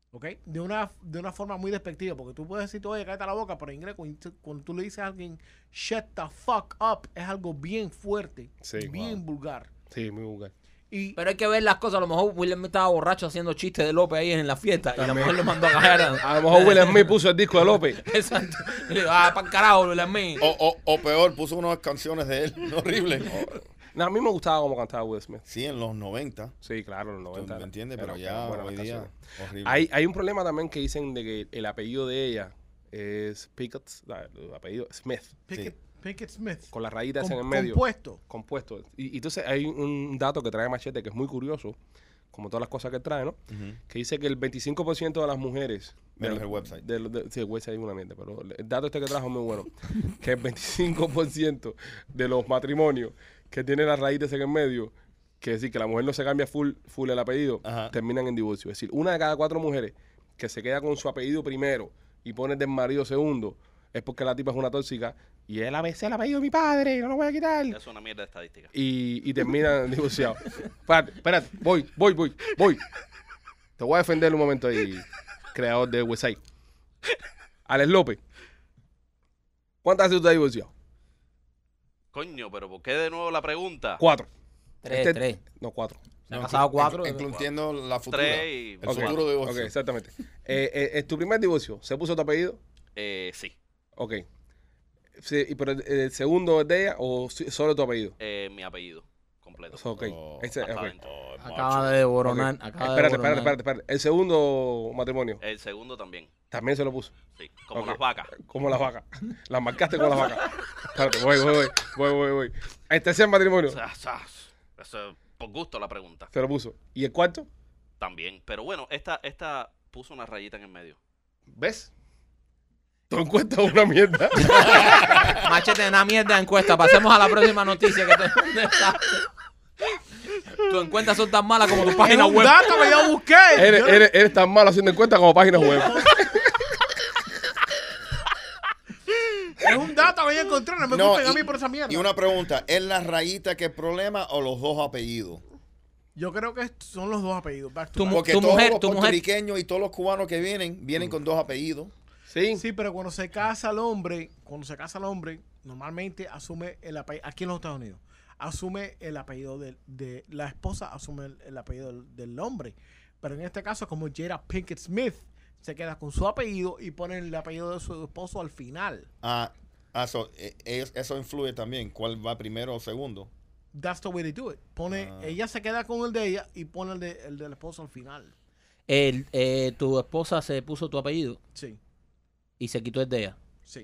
¿Ok? De una, de una forma muy despectiva, porque tú puedes decir, oye, cállate la boca, pero en inglés, cuando, cuando tú le dices a alguien, shut the fuck up, es algo bien fuerte, Sí, bien wow. vulgar. Sí, muy vulgar. Y Pero hay que ver las cosas. A lo mejor Will Smith estaba borracho haciendo chistes de López ahí en la fiesta y la mujer lo mandó a caer. A lo mejor Will Smith puso el disco de López. Exacto. Y le digo, ah, para carajo, Will Smith. O, o, o peor, puso unas canciones de él. Horrible. No, a mí me gustaba cómo cantaba Will Smith. Sí, en los noventa. Sí, claro, en los ¿Tú noventa. me entiendes? Era- Pero eran ya buenas hoy las día, canciones. horrible. Hay, hay un problema también que dicen de que el apellido de ella es Pickett, la- el apellido Smith, Pickett, Pickett Smith, con las rayitas com- en el medio. compuesto. Compuesto. Y, y entonces hay un dato que trae Machete que es muy curioso, como todas las cosas que trae, ¿no? Ujú. Que dice que el veinticinco por ciento de las mujeres... Menos del- el website. del- de- sí, el website es una mierda, pero el dato este que trajo es muy bueno. Que el veinticinco por ciento de los matrimonios que tienen las raíces en el medio, que es decir, que la mujer no se cambia full, full el apellido, Ajá. terminan en divorcio. Es decir, una de cada cuatro mujeres que se queda con su apellido primero y pone del marido segundo, es porque la tipa es una tóxica y él a veces el apellido de mi padre, no lo voy a quitar. Es una mierda de estadística. Y, y terminan divorciados. Espérate, espérate, voy, voy, voy, voy. Te voy a defender un momento ahí, creador de website. Alex López, ¿cuántas veces usted ha divorciado? Coño, pero ¿por qué de nuevo la pregunta? Cuatro. Tres, Este- tres. No, cuatro. Se han No, casado inclu- cuatro. inclu- Incluyendo la futura. Tres y... El Ok, futuro divorcio. Ok, exactamente. Eh, eh, ¿en tu primer divorcio se puso tu apellido? Eh, sí. Ok. Sí, y pero el, el segundo es de ella o si- solo tu apellido? Eh, mi apellido completo. Ok. Oh, Ese- Hasta ok. adentro. Oh, Acaba macho. de desboronar. Ok. Acaba de Espérate, espérate, desboronar. espérate, espérate. El segundo matrimonio El segundo también. también se lo puso. Sí. Como Ok. las vacas. Como las vacas. Las marcaste con las vacas. Espérate, voy, voy, voy, voy, voy, voy. El tercer matrimonio O sea, o sea, eso es por gusto la pregunta. se lo puso. ¿Y el cuarto? También. Pero bueno, esta, esta puso una rayita en el medio. ¿Ves? Tu encuesta es una mierda. Machete, una mierda de encuesta. Pasemos a la próxima noticia. Que te... Tus encuestas son tan malas como tu Es página un web. dato que yo busqué. eres, Yo- eres, eres tan malo haciendo encuestas como páginas web. Es un dato que yo encontré. No me No, culpen a y- mí por esa mierda. Y una pregunta, ¿es la rayita que es problema o los dos apellidos? Yo creo que son los dos apellidos. Back to Tu back. mu- Porque tu todos mujer- los tu mujer- puertorriqueños y todos los cubanos que vienen, vienen con dos apellidos. Sí. Sí, pero cuando se casa el hombre, cuando se casa el hombre, normalmente asume el apellido, aquí en los Estados Unidos, asume el apellido de, de la esposa, asume el, el apellido del, del hombre. Pero en este caso, como Jada Pinkett Smith se queda con su apellido y pone el apellido de su esposo al final. Ah, ah, so, eh, es- eso influye también. ¿Cuál va primero o segundo? That's the way they do it. Pone, Ah. ella se queda con el de ella y pone el, de, el del esposo al final. El, eh, tu esposa se puso tu apellido Sí, y se quitó el de ella. sí.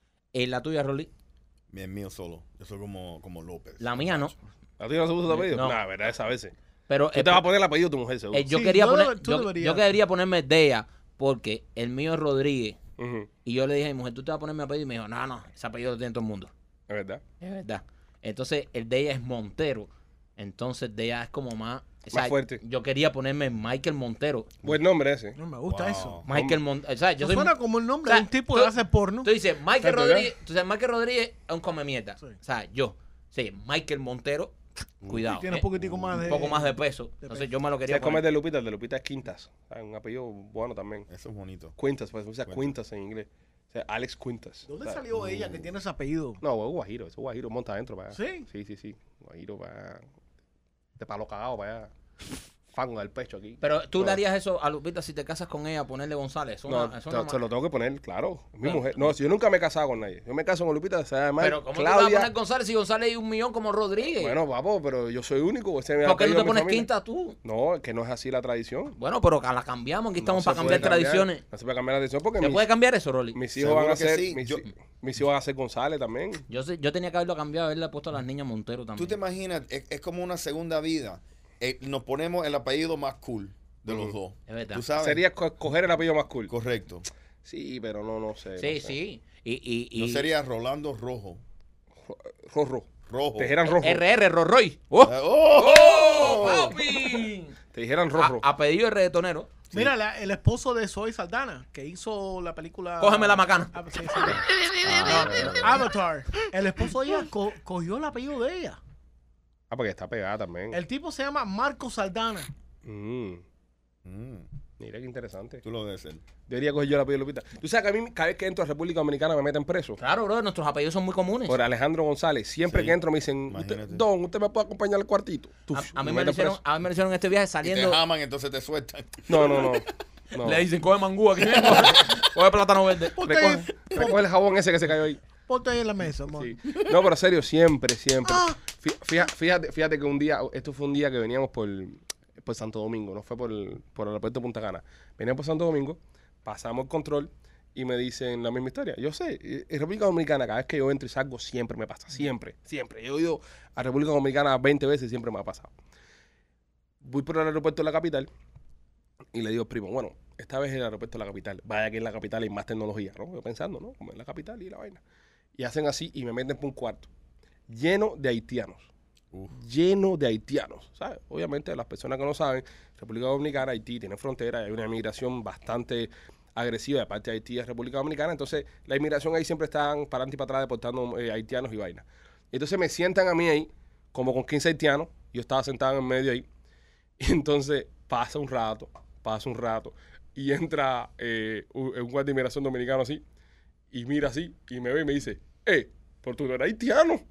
En la tuya, Rolly. Mi mío solo. Yo soy como, como López. La mía no. ¿A ti no se puso tu apellido? No. No, verdad, esa veces. Pero Tú eh, te vas a poner el apellido de tu mujer, seguro. eh, yo Sí, quería no, poner. tú Yo, deberías. yo quería ponerme el de ella porque el mío es Rodríguez. Ujú, Y yo le dije a mi mujer, ¿tú te vas a poner mi apellido? Y me dijo, no, no, ese apellido lo tiene todo el mundo. es verdad. Es verdad. Entonces, el de ella es Montero. Entonces, el de ella es como más... o sea, Más fuerte. Yo quería ponerme Michael Montero. Buen nombre ese. No me gusta Wow. eso. Michael Montero. O sea, yo Eso soy... suena como el nombre o sea, de un tipo tú- que hace porno. Tú dices, Michael Exacto, Rodríguez... Tú sabes, Michael Rodríguez es un come mierda. Sí. O sea, yo. Sí, Michael Montero, cuidado. Tiene eh, un poquitico más de... un poco más de peso. de Entonces, peso. yo me lo Si quería es como el poner. de Lupita, el de Lupita es Quintas. Ah, un apellido bueno también. Eso es bonito. Quintas, pues se usa Quintas. Quintas en inglés. O sea, Alex Quintas. ¿Dónde O sea, salió ella que tiene ese apellido? No, es Guajiro, eso es Guajiro, monta adentro para allá. ¿Sí? Sí, sí, sí. Guajiro para de palo cagado para allá. Fango del pecho aquí. Pero tú No. le harías eso a Lupita si te casas con ella, ponerle González. Es una- No, es te- una se lo ma- tengo que poner, claro. Es mi Pero- mujer. No, si yo nunca me he casado con nadie. Yo me caso con Lupita, se llama Pero ¿cómo tú vas a Claudia. poner González si González hay un millón como Rodríguez? Bueno, papo, pero yo soy único. Ese es mi ¿Por qué no apellido te de mi pones familia. quinta tú? No, es que no es así la tradición. Bueno, pero la cambiamos. Aquí estamos No para se puede cambiar tradiciones. No se puede cambiar la tradición porque ¿Se mis, puede cambiar eso, Rolly? mis hijos Seguro van a que ser. sí. Mis, Yo- mis hijos van a ser González también. Yo sé, yo tenía que haberlo cambiado, haberle puesto a las niñas Montero ¿Tú también. te imaginas? Es, es como una segunda vida. Eh, nos ponemos el apellido más cool de los Ujú. dos. Es verdad. ¿Tú sabes? Sería co- coger el apellido más cool. Correcto. Sí, pero no, no sé. Sí, no sé. sí. Y, y, y No sería Rolando Rojo. Rorro. Rojo. Te dijeran rojo. R R, Rorroy. ¡Oh! Eh, ¡Oh! ¡Oh, papi! Te dijeran A, rojo. a pedido de reggaetonero. Mira, la- el esposo de Zoe Saldana, que hizo la película... Cógeme la macana. Ah, sí, sí. No, Avatar. El esposo de ella co- cogió el apellido de ella. Ah, porque está pegada también. El tipo se llama Marco Saldana. Mm. Mm. Mira qué interesante. Tú lo debes ser. Debería coger yo la apellido Lupita. Tú sabes que a mí cada vez que entro a República Dominicana me meten preso. Claro, bro, nuestros apellidos son muy comunes. Por Alejandro González. Siempre Sí, que entro me dicen, usted, imagínate. Don, ¿usted me puede acompañar al cuartito? Tuf, A, a mí me me lo meten hicieron, preso. a mí me lo hicieron en este viaje Y te saliendo. jaman, entonces te sueltan. No, no, no. no. Le dicen, coge mangú aquí mismo. Coge plátano verde. Ponte, Recoge, recoge el jabón ese que se cayó ahí. ponte ahí en la mesa, amor. Sí. No, pero serio, siempre, siempre. Ah. Fí- Fíjate, fíjate, fíjate que un día, esto fue un día que veníamos por, por Santo Domingo, no fue por el, por el aeropuerto de Punta Cana. Veníamos por Santo Domingo, pasamos el control y me dicen la misma historia. Yo sé, eh, en República Dominicana, cada vez que yo entro y salgo, siempre me pasa, siempre, siempre. Yo he ido a República Dominicana veinte veces y siempre me ha pasado. Voy por el aeropuerto de la capital y le digo al primo, bueno, esta vez es el aeropuerto de la capital. Vaya que en la capital hay más tecnología, ¿no? Yo pensando, ¿no? Como en la capital y la vaina. Y hacen así y me meten por un cuarto lleno de haitianos. Uf. Lleno de haitianos, ¿sabes? Obviamente, las personas que no saben, República Dominicana, Haití tiene frontera, hay una inmigración bastante agresiva de parte de Haití a República Dominicana, entonces la inmigración ahí siempre están para adelante y para atrás deportando eh, haitianos y vainas. Entonces me sientan a mí ahí, como con quince haitianos, yo estaba sentado en medio ahí, y entonces pasa un rato, pasa un rato, y entra eh, un, un guardia de inmigración dominicano así, y mira así, y me ve y me dice, eh, pero tú no eres haitiano.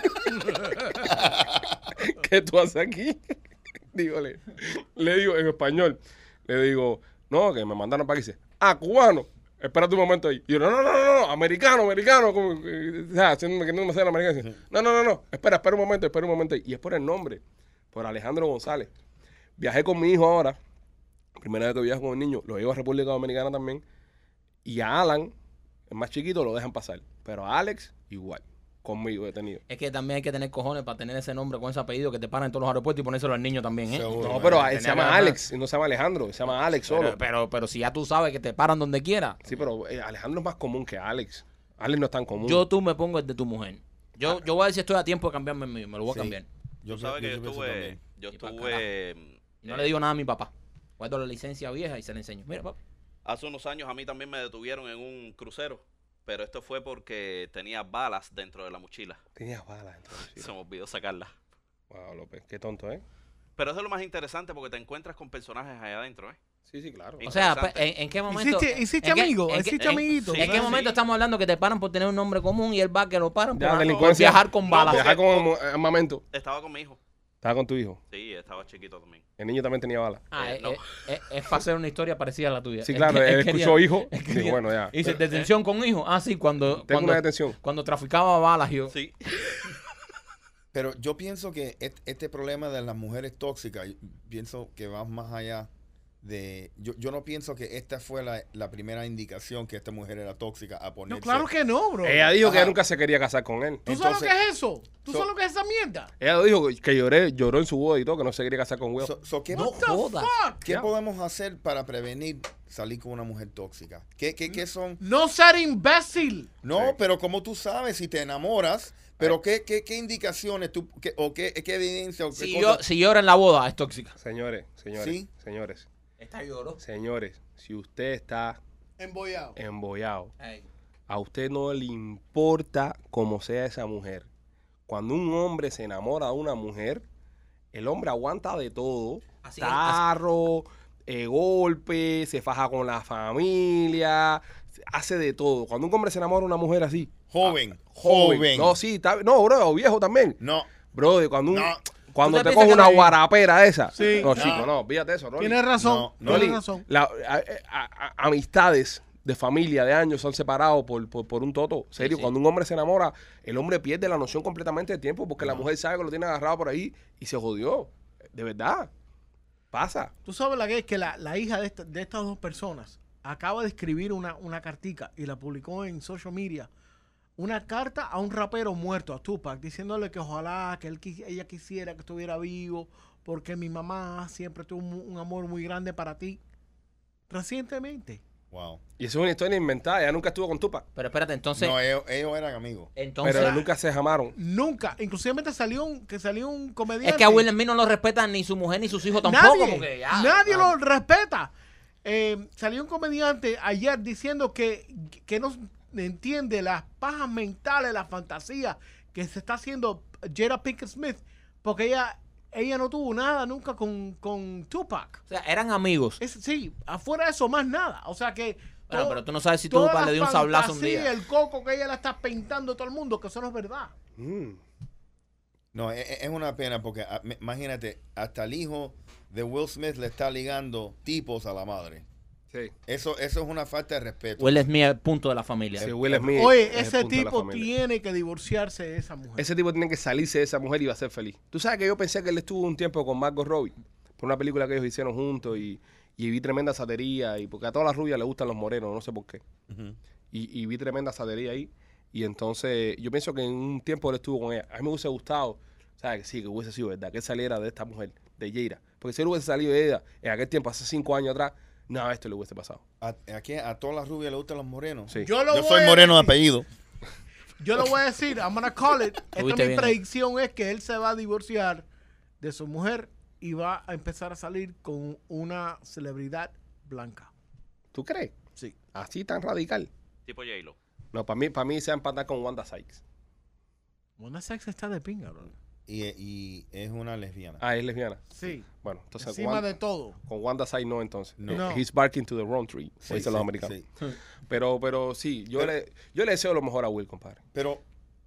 ¿Qué tú haces aquí? Dígole, le digo en español, le digo, no, que me mandaron para aquí. Dice, ah, cubano, espérate un momento ahí. Y yo, no, no, no, no, no, americano, americano, como, eh, o sea, haciéndome que no me sé el americano. Dice, no, no, no, no, espera, espera un momento, espera un momento ahí. Y es por el nombre, por Alejandro González. Viajé con mi hijo ahora, primera vez que viajo con el niño, lo llevo a República Dominicana también, y a Alan, el más chiquito, lo dejan pasar, pero a Alex, igual. Conmigo detenido. Es que también hay que tener cojones para tener ese nombre con ese apellido que te paran en todos los aeropuertos y ponérselo al niño también, ¿eh? Seguro. No, pero él Tener se llama nada Alex, y no se llama Alejandro, se llama Alex solo. Pero, pero, pero si ya tú sabes que te paran donde quiera, Sí, pero eh, Alejandro es más común que Alex. Alex no es tan común. yo tú me pongo el de tu mujer. Yo, yo voy a ver si estoy a tiempo de cambiarme el mío, me lo voy a Sí. cambiar. Yo Tú sabes que yo pienso estuve, también. yo Y pa' estuve, Y no eh, le digo nada a mi papá. Guardo la licencia vieja y se la enseño. Mira, papá. hace unos años a mí también me detuvieron en un crucero, pero esto fue porque tenía balas dentro de la mochila. Tenías balas entonces. Se me olvidó sacarlas. Wow, López, qué tonto, ¿eh? Pero eso es lo más interesante porque te encuentras con personajes allá adentro, ¿eh? Sí, sí, claro. O sea, Interesante. ¿en, en qué momento? Hiciste, hiciste en qué- amigo, en qué- hiciste en- amiguito. ¿En qué Sí. momento estamos hablando que te paran por tener un nombre común y él va que lo paran Ya, por, delincuencia. por viajar con balas? No, Viajar con un armamento. Estaba con mi hijo. Estaba con tu hijo. Sí, estaba chiquito también. El niño también tenía balas. Ah, Eh, eh, no. eh, eh, es para hacer una historia parecida a la tuya. Sí, Él claro, que- él quería- escuchó hijo. él Dijo, quería- bueno, ya. Dice, detención con hijo. Ah, sí, cuando, Tengo cuando, una detención. cuando traficaba balas yo. Sí. Pero yo pienso que et- este problema de las mujeres tóxicas, yo pienso que va más allá de... Yo, yo no pienso que esta fue la, la primera indicación que esta mujer era tóxica a ponerse... No, claro que no, bro. Ella dijo que Ajá. ella nunca se quería casar con él. ¿Tú sabes lo entonces- que es eso? ¿Tú so- sabes lo que es esa mierda? Ella lo dijo que lloré, lloró en su boda y todo, que no se quería casar con Will. So- so, ¿qué, No What the jodas. fuck? qué Ya. podemos hacer para prevenir salir con una mujer tóxica? ¿Qué, qué, qué son? No ser imbécil. No, Sí. pero como tú sabes si te enamoras, pero qué, qué, qué indicaciones tú, qué, o qué, qué evidencia o qué Si, cosa- yo, si llora en la boda, es tóxica. Señores, señores, Sí. señores, Esta lloró. señores, si usted está Embollado. embollado, a usted no le importa cómo sea esa mujer. Cuando un hombre se enamora de una mujer, el hombre aguanta de todo. Así es, Tarro, eh, golpe, se faja con la familia, hace de todo. Cuando un hombre se enamora de una mujer así, Joven, joven. joven. No, sí, está- no, bro, viejo también. No, Bro, cuando, un- No. cuando ¿Tú te te coge piensas una que- guarapera esa. Sí. No, No. chico, no, fíjate eso, Rolly. Tienes razón. No, no. Tienes Rolly, razón. la- a- a- a- amistades de familia de años se han separado por, por, por un toto. Serio, sí. cuando un hombre se enamora, el hombre pierde la noción completamente del tiempo porque la mujer sabe que lo tiene agarrado por ahí y se jodió. De verdad. Pasa. Tú sabes la que es que la, la hija de, esta- de estas dos personas acaba de escribir una, una cartica y la publicó en social media. Una carta a un rapero muerto, a Tupac, diciéndole que ojalá que él, quis- ella quisiera que estuviera vivo porque mi mamá siempre tuvo un, un amor muy grande para ti. Recientemente. wow. Y eso es una historia inventada. Ella nunca estuvo con Tupac. Pero espérate, entonces. No, ellos, ellos eran amigos. entonces Pero nunca se jamaron. Nunca. Inclusive salió un, que salió un comediante. es que a Will Smith no lo respetan ni su mujer ni sus hijos tampoco. Nadie, porque ya, nadie ya. lo respeta. Eh, salió un comediante ayer diciendo que, que no entiende las pajas mentales, las fantasías que se está haciendo Jada Pinkett Smith, porque ella ella no tuvo nada nunca con, con Tupac. O sea, eran amigos. Es, sí, afuera de eso, más nada. O sea que... Bueno, todo- pero tú no sabes si toda Tupac la le dio un sablazo un fantasía, día. el coco que ella le está pintando a todo el mundo, que eso no es verdad. Mm. No, es, es una pena porque ah, me- imagínate, hasta el hijo de Will Smith le está ligando tipos a la madre. Sí. Eso, eso es una falta de respeto. Will Smith es el punto de la familia. Sí, Will Smith Oye, es el ese punto de la tipo familia. tiene que divorciarse de esa mujer. Ese tipo tiene que salirse de esa mujer y va a ser feliz. Tú sabes que yo pensé que él estuvo un tiempo con Margot Robbie por una película que ellos hicieron juntos y, y vi tremenda satería y porque a todas las rubias les gustan los morenos, no sé por qué. Ujú. Y, y vi tremenda satería ahí y entonces yo pienso que en un tiempo él estuvo con ella. A mí me hubiese gustado, ¿sabes? Sí, que hubiese sido verdad, que él saliera de esta mujer, de Jaira. Porque si él hubiese salido de ella en aquel tiempo, hace cinco años atrás, nada, esto le hubiese pasado. ¿A, a, qué? ¿A todas las rubias le gustan los morenos? Sí. Yo, lo Yo voy soy a moreno de decir- apellido. Yo lo voy a decir, I'm gonna call it. Esta Tuviste mi bien. predicción es que él se va a divorciar de su mujer y va a empezar a salir con una celebridad blanca. ¿Tú crees? Sí. Así tan radical. Tipo J-Lo. No, para mí, para mí se va a empatar con Wanda Sykes. Mona Sex está de pinga, bro. Y, y es una lesbiana. Ah, es lesbiana. Sí. Bueno, entonces Encima Wanda- de todo. con Wanda Sykes no, entonces. No. Eh, No. He's barking to the wrong tree, como Sí, dicen los sí, americanos. sí. Pero, pero sí, yo, Pero- le, yo le deseo lo mejor a Will, compadre. Pero,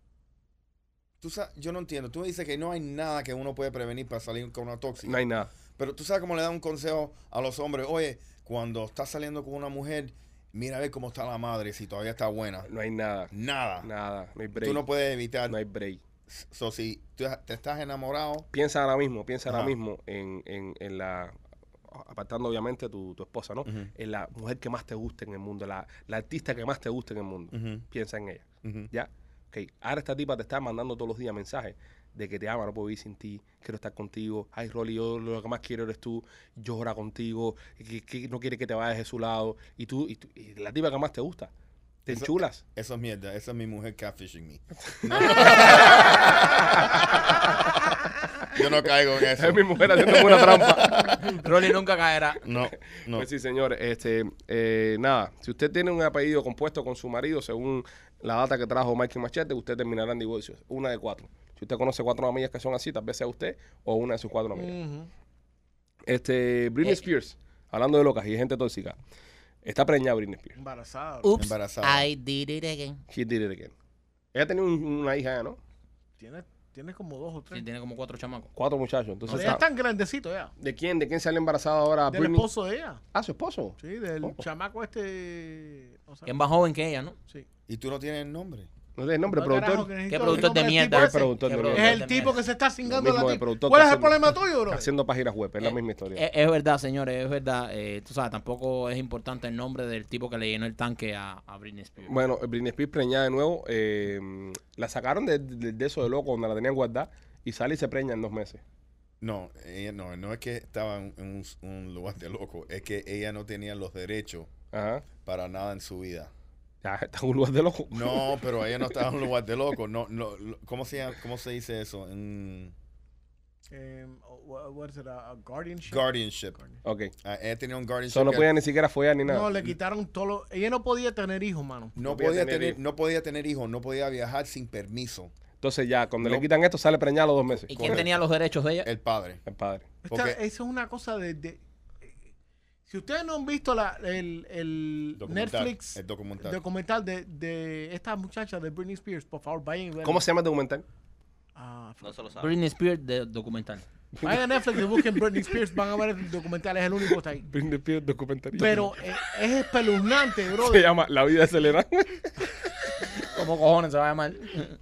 tú sabes, yo no entiendo. Tú dices que no hay nada que uno puede prevenir para salir con una tóxica. No hay nada. Pero tú sabes cómo le da un consejo a los hombres. Oye, cuando estás saliendo con una mujer, mira a ver cómo está la madre, si todavía está buena. No hay nada. Nada. Nada. No hay break. Tú no puedes evitar. No hay break. So, si tú te estás enamorado, Piensa ahora mismo, piensa ahora Ajá. mismo en, en, en la, apartando obviamente tu, tu esposa, ¿no? Ujú. En la mujer que más te guste en el mundo, la, la artista que más te guste en el mundo. Ujú. Piensa en ella, Ujú. ¿ya? Ok, ahora esta tipa te está mandando todos los días mensajes de que te ama, no puedo vivir sin ti, quiero estar contigo, ay Rolly, yo lo que más quiero eres tú, llora contigo, que, que no quiere que te vayas de su lado, y tú, y, tú- y la tipa que más te gusta, te Eso- enchulas. eso es mierda. Esa es mi mujer catfishing me. Yo no caigo en eso. Es mi mujer haciéndome una trampa. Rolly nunca caerá. No, no. Pues sí, señor. Este, eh, nada, si usted tiene un apellido compuesto con su marido, según la data que trajo Michael Machete, usted terminará en divorcio. Una de cuatro. Si usted conoce cuatro amigas que son así, tal vez sea usted o una de sus cuatro amigas. Ujú. Este, Britney Eh. Spears, hablando de locas y de gente tóxica, está preñada Britney Spears. Embarazada. bro. Oops, Embarazada. I did it again. She did it again. Ella tenía un- una hija ya, ¿no? Tiene, tiene como dos o tres. Sí, tiene como cuatro chamacos. Cuatro muchachos. Entonces, Pero ella está- es tan grandecito ya. ¿de quién? ¿De quién sale embarazada ahora Del Britney? esposo de ella. Ah, su esposo. Sí, del Oh. chamaco este. O sea, Que es más joven que ella, ¿no? sí. Y tú no tienes el nombre. No sé el nombre, No, productor. carajo, que necesito ¿Qué productor el nombre de del mierda? tipo ¿Qué ese. productor ¿Qué de productor? mierda? Es el tipo que se está cingando Lo mismo la de tipa. productor ¿Cuál que es el haciendo- problema tuyo, bro? Haciendo páginas web, es la Eh, misma historia. Es, es verdad, señores, es verdad. Eh, tú sabes, tampoco es importante el nombre del tipo que le llenó el tanque a, a Britney Spears. Bueno, Britney Spears preñada de nuevo, eh, la sacaron de, de- de eso de loco donde la tenían guardada y sale y se preña en dos meses. No, ella no, no es que estaba en un, un lugar de loco, es que ella no tenía los derechos Ajá. para nada en su vida. Ya está en un lugar de loco. No, pero ella no estaba en un lugar de loco. No, no, lo- ¿cómo se llama- cómo se dice eso? En Eh, what, what is it, a, a guardianship? guardianship. Ok. Ah, ella tenía un guardianship. Eso no que podía ni siquiera follar ni nada. No, le quitaron todo lo... Ella no podía tener hijos, mano. no no podía podía tener tener, hijos. no podía tener hijos, no podía viajar sin permiso. Entonces ya, cuando No. le quitan esto, sale preñada a los dos meses. ¿Y quién correcto. tenía los derechos de ella? El padre. El padre. Esta- Porque- eso es una cosa de... de- si ustedes no han visto la, el, el Documental, Netflix el documental. documental de, de esta muchacha de Britney Spears, por favor, vayan y vean. ¿Cómo se llama el documental? Ah, No se lo sabe. Britney Spears de documental. vayan a Netflix y busquen Britney Spears, van a ver el documental, es el único que está ahí. Britney Spears documental. Pero eh, es espeluznante, bro. Se llama La vida de Selena. ¿Cómo cojones se va a llamar?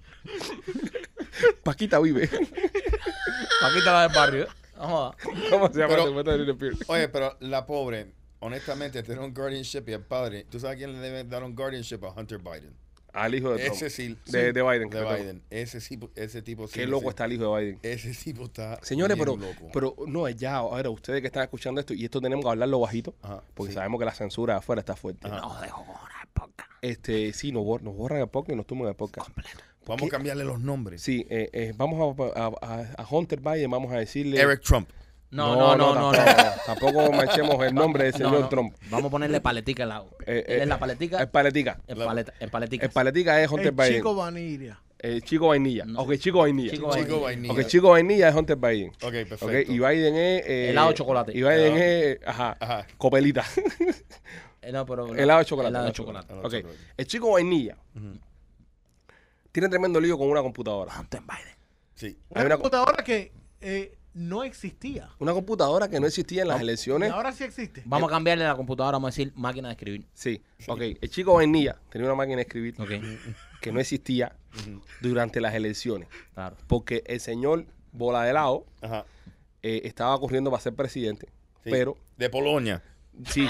Paquita vive. Paquita la del barrio. Vamos a ¿Cómo se llama Pero- el documental de Britney Spears? Oye, pero la pobre, honestamente, tener un guardianship y el padre, ¿tú sabes a quién le debe dar un guardianship? A Hunter Biden. Al hijo de Trump. Ese sí. De- sí, de Biden, De creo. Biden. Ese, sí, ese tipo sí. Qué sí. loco está el hijo de Biden. Ese tipo está. Señores, bien pero, loco. pero no, es ya, ahora ustedes que están escuchando esto, y esto tenemos que hablarlo bajito, Ajá, porque sí. sabemos que la censura afuera está fuerte. Ajá. No dejo borrar podcast. Este, sí, nos, bor- nos borran el podcast y nos tumban el podcast. Vamos a cambiarle los nombres. Sí, eh, eh, vamos a, a- a- a Hunter Biden, vamos a decirle... Eric Trump. No, no, no, no, no. tampoco, tampoco manchemos el nombre del No, señor no. Trump. Vamos a ponerle paletica al lado. Eh, Él eh, es la paletica. El paletica. El, paleta, el paletica. El paletica es Hunter El Biden. chico Vanilla. Eh, Chico Vainilla. No. Ok, Chico Vainilla. Chico Chico vainilla. vainilla. Ok, Chico Vainilla es Hunter Biden. Ok, perfecto. Ok, y Biden es... eh, Helado de chocolate. Y Biden Ah. es... Ajá. Ajá. Copelita. Eh, no, pero- Helado de chocolate. Helado de helado de chocolate. Helado Ok. de chocolate. El Chico Vainilla Ujú. tiene tremendo lío con una computadora. Hunter Biden. Sí. Una Hay una- computadora que eh, no existía. Una computadora que no existía en las Y elecciones. ahora sí existe. Vamos a cambiarle la computadora, vamos a decir máquina de escribir. Sí. Ok. El Chico Vainilla tenía una máquina de escribir Ok, que no existía Ujú. durante las elecciones. claro. Porque el señor Bola de Lado Ajá. eh, estaba corriendo para ser presidente. Sí. Pero, De Polonia. sí.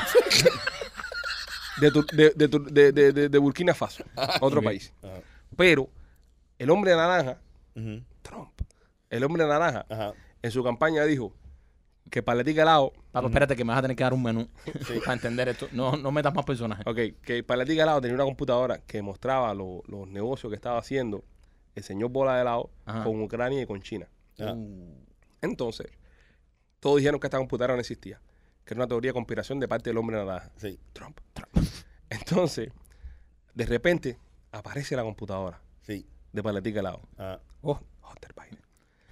de, tu- de, de tu- de- de- de- de Burkina Faso, otro Ok. país. Ajá. Pero el hombre naranja, Ujú. Trump, el hombre naranja, Ajá. en su campaña dijo que Paletica Helado, Papo, espérate que me vas a tener que dar un menú Sí. para entender esto. No, no metas más personajes. ok, que Paletica Helado tenía una computadora que mostraba lo- los negocios que estaba haciendo el señor Bola de Helado Ajá. con Ucrania y con China. Ah. Uh, Entonces, todos dijeron que esta computadora no existía, que era una teoría de conspiración de parte del hombre naranja. Sí. Trump. Entonces, de repente, aparece la computadora Sí. de Paletica Helado. Ajá. Oh, Hunter Biden.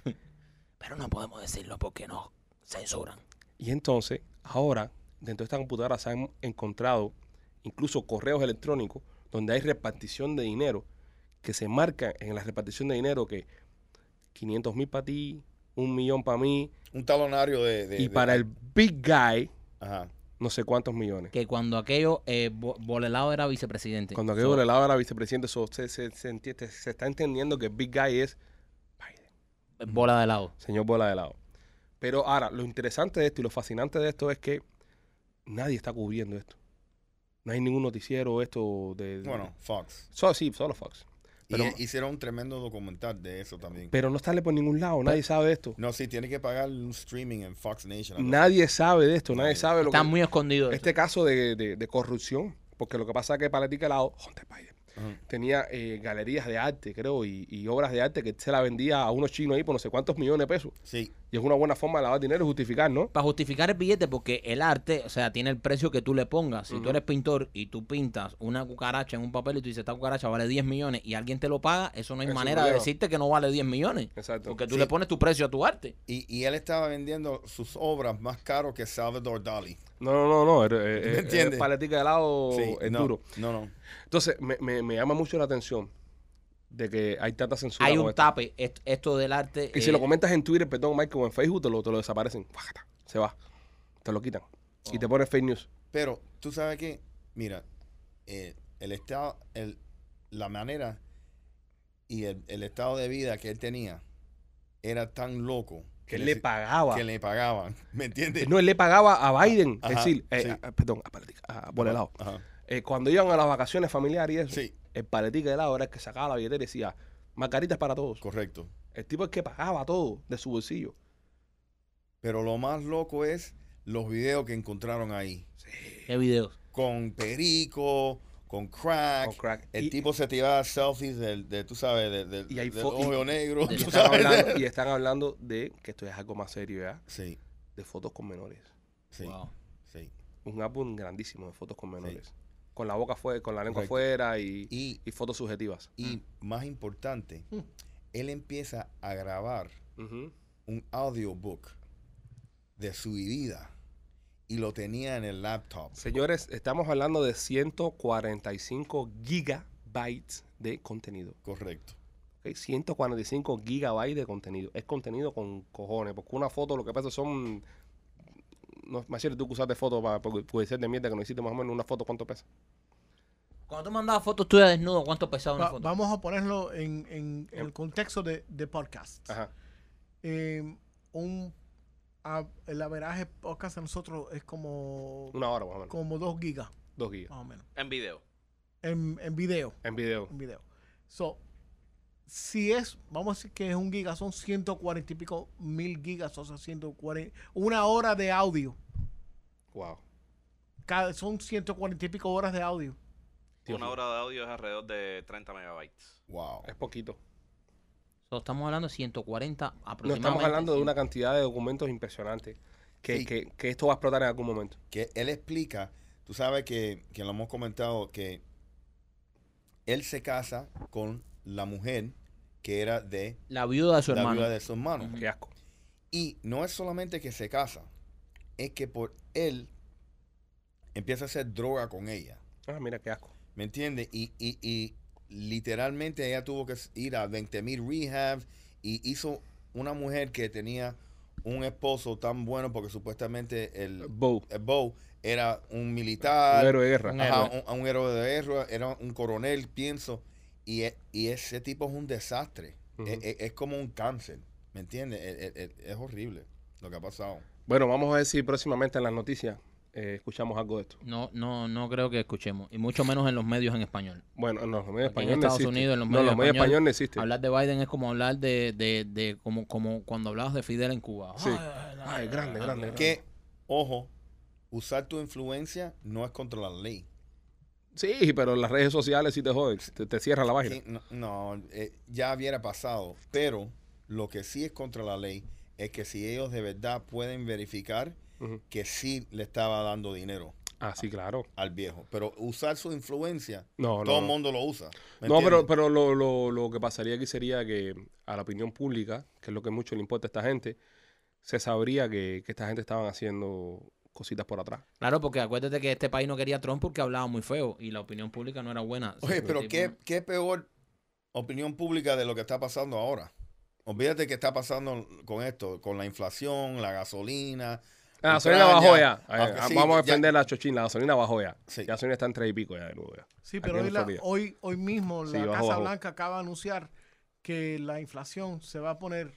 pero no podemos decirlo porque nos censuran. Y entonces, ahora, dentro de esta computadora se han encontrado incluso correos electrónicos donde hay repartición de dinero, que se marca en la repartición de dinero que quinientos mil para ti, un millón para mí, Un talonario de... de- y de- para el big guy, Ajá. no sé cuántos millones. Que cuando aquello, eh, Bo- Bolelao era vicepresidente. Cuando So, aquello de lado era vicepresidente, eso se, se, se entiende- se está entendiendo que el big guy es Biden, Bola de lado. señor Bola de Lado. Pero ahora, lo interesante de esto y lo fascinante de esto es que nadie está cubriendo esto. No hay ningún noticiero esto de... de- Bueno, Fox. So- sí, solo Fox. Y Pero, eh, hicieron un tremendo documental de eso también. pero no sale por ningún lado, nadie sabe de esto. No, sí, tiene que pagar un streaming en Fox Nation. algo Nadie sabe de esto, nadie Nadie. sabe lo Está que... muy escondido. Este caso de, de- de corrupción, porque lo que pasa es que Paletica Lado, Hunter Biden, así. Ajá. tenía eh, galerías de arte, creo, y, y obras de arte que se la vendía a unos chinos ahí por no sé cuántos millones de pesos. Sí. Y es una buena forma de lavar dinero y justificar, ¿no? Para justificar el billete, porque el arte, o sea, tiene el precio que tú le pongas. Si Ujú. tú eres pintor y tú pintas una cucaracha en un papel y tú dices, esta cucaracha vale diez millones y alguien te lo paga, eso no hay Es un manera de problema. decirte que no vale diez millones. Exacto. Porque tú Sí. le pones tu precio a tu arte. Y, y él estaba vendiendo sus obras más caro que Salvador Dali. No, no, no, no. eh, eh, ¿Me eh, entiendes? Paletica de lado Sí, es no, duro. No, no. Entonces, me, me, me llama mucho la atención de que hay tanta censura. Hay con un esto. tape. Esto, esto del arte. Y si eh, lo comentas en Twitter, perdón, Michael, o en Facebook, te lo, te lo desaparecen. Fájata, se va. Te lo quitan. Y te pones fake news. Pero, tú sabes que, mira, eh, el estado, el, la manera y el, el estado de vida que él tenía era tan loco Que que le se- pagaba. que le pagaban. ¿Me entiendes? No, él le pagaba a Biden. Ajá, es decir, eh, sí. a- perdón, a Paletica, a Bolelao. Ajá. Eh, cuando iban a las vacaciones familiares y eso, Sí, el Paletica de lado era el que sacaba la billetera y decía, margaritas para todos. correcto. El tipo es que pagaba todo de su bolsillo. Pero lo más loco es los videos que encontraron ahí. ¿Qué videos? Con perico, con crack. Con crack. El Y- tipo se tiraba selfies del, de, tú sabes, de, de- Y hay del fo- y- ojo negro. y Y tú están, sabes. hablando, y están hablando de, que esto es algo más serio ya, Sí, de fotos con menores. sí, Wow. sí. Un álbum grandísimo de fotos con menores. Con la boca fuera, con la lengua Correcto. afuera y, Y, y fotos subjetivas. y más importante, Mm. él empieza a grabar Ujú. un audiobook de su vida y lo tenía en el laptop. Señores, estamos hablando de ciento cuarenta y cinco gigabytes de contenido. Correcto. ¿Ok? ciento cuarenta y cinco gigabytes de contenido. Es contenido con cojones, porque una foto lo que pasa son... No, Machete, tú que usaste fotos para puede ser de mierda que no hiciste más o menos una foto, ¿cuánto pesa? Cuando tú mandabas fotos tuyas desnudo, ¿cuánto pesaba una Va- foto? vamos a ponerlo en, en- en el contexto de, de podcast. Ajá. Eh, un a- el averaje podcast de nosotros es como, Una hora más o menos. como dos gigas, Dos gigas. más o menos. En video. En, en video. En video. En video. So, si es, vamos a decir que es un giga, son ciento cuarenta y pico mil gigas, o sea, ciento cuarenta, una hora de audio. Wow. Cada, son ciento cuarenta y pico horas de audio. Dios Una mío. hora de audio es alrededor de treinta megabytes. Wow. Es poquito. So, estamos hablando de ciento cuarenta No aproximadamente. estamos hablando de una cantidad de documentos impresionantes que, Sí. que, que esto va a explotar en algún momento. Que él explica, tú sabes que, que lo hemos comentado, que él se casa con la mujer que era de La viuda de su la hermano. viuda de su hermano. Ujú. Qué asco. Y no es solamente que se casa, es que por él empieza a hacer droga con ella. Ah, mira qué asco. ¿Me entiendes? Y, y, y literalmente ella tuvo que ir a veinte mil rehabs y hizo una mujer que tenía un esposo tan bueno porque supuestamente el, Bo, el Bo era un militar, un héroe de guerra. Un ajá, héroe. un, un héroe de guerra, era un coronel, pienso, y, e- y ese tipo es un desastre. Ujú. es, es- es como un cáncer, ¿me entiendes? Es, es- es- es horrible lo que ha pasado. Bueno, vamos a ver si próximamente en las noticias eh, escuchamos algo de esto. No, no, no creo que escuchemos. Y mucho menos en los medios en español. Bueno, no, los medios Aquí en españoles no Estados existen. Unidos, en los no, medios los medios español, españoles no existen. Hablar de Biden es como hablar de, de, de como, como cuando hablabas de Fidel en Cuba. Sí. Ay, Ay, grande, grande, grande. Que, ojo, usar tu influencia no es contra la ley. Sí, pero las redes sociales sí te joden, te, te cierran la página. Sí, no, no, eh, ya hubiera pasado, pero lo que sí es contra la ley es que si ellos de verdad pueden verificar Ujú. que sí le estaba dando dinero Ah, sí, claro. al viejo, pero usar su influencia, No, todo no. el mundo lo usa. ¿me No, pero, entiendes? pero lo, lo, lo que pasaría aquí sería que a la opinión pública, que es lo que mucho le importa a esta gente, se sabría que, que esta gente estaban haciendo cositas por atrás. Claro, porque acuérdate que este país no quería a Trump porque hablaba muy feo y la opinión pública no era buena. Oye, Sí, pero tipo, ¿qué, qué peor opinión pública de lo que está pasando ahora? Olvídate que está pasando con esto, con la inflación, la gasolina. La gasolina Ucrania. bajó ya. Ah, Ah, sí, Vamos a ya- defender la chochín. La gasolina bajó ya. Sí. La gasolina está en tres y pico ya de nuevo. Ya. Sí, Aquí pero en hoy, la- Florida. hoy, hoy mismo Sí, la bajó, Casa bajó. Blanca acaba de anunciar que la inflación se va a poner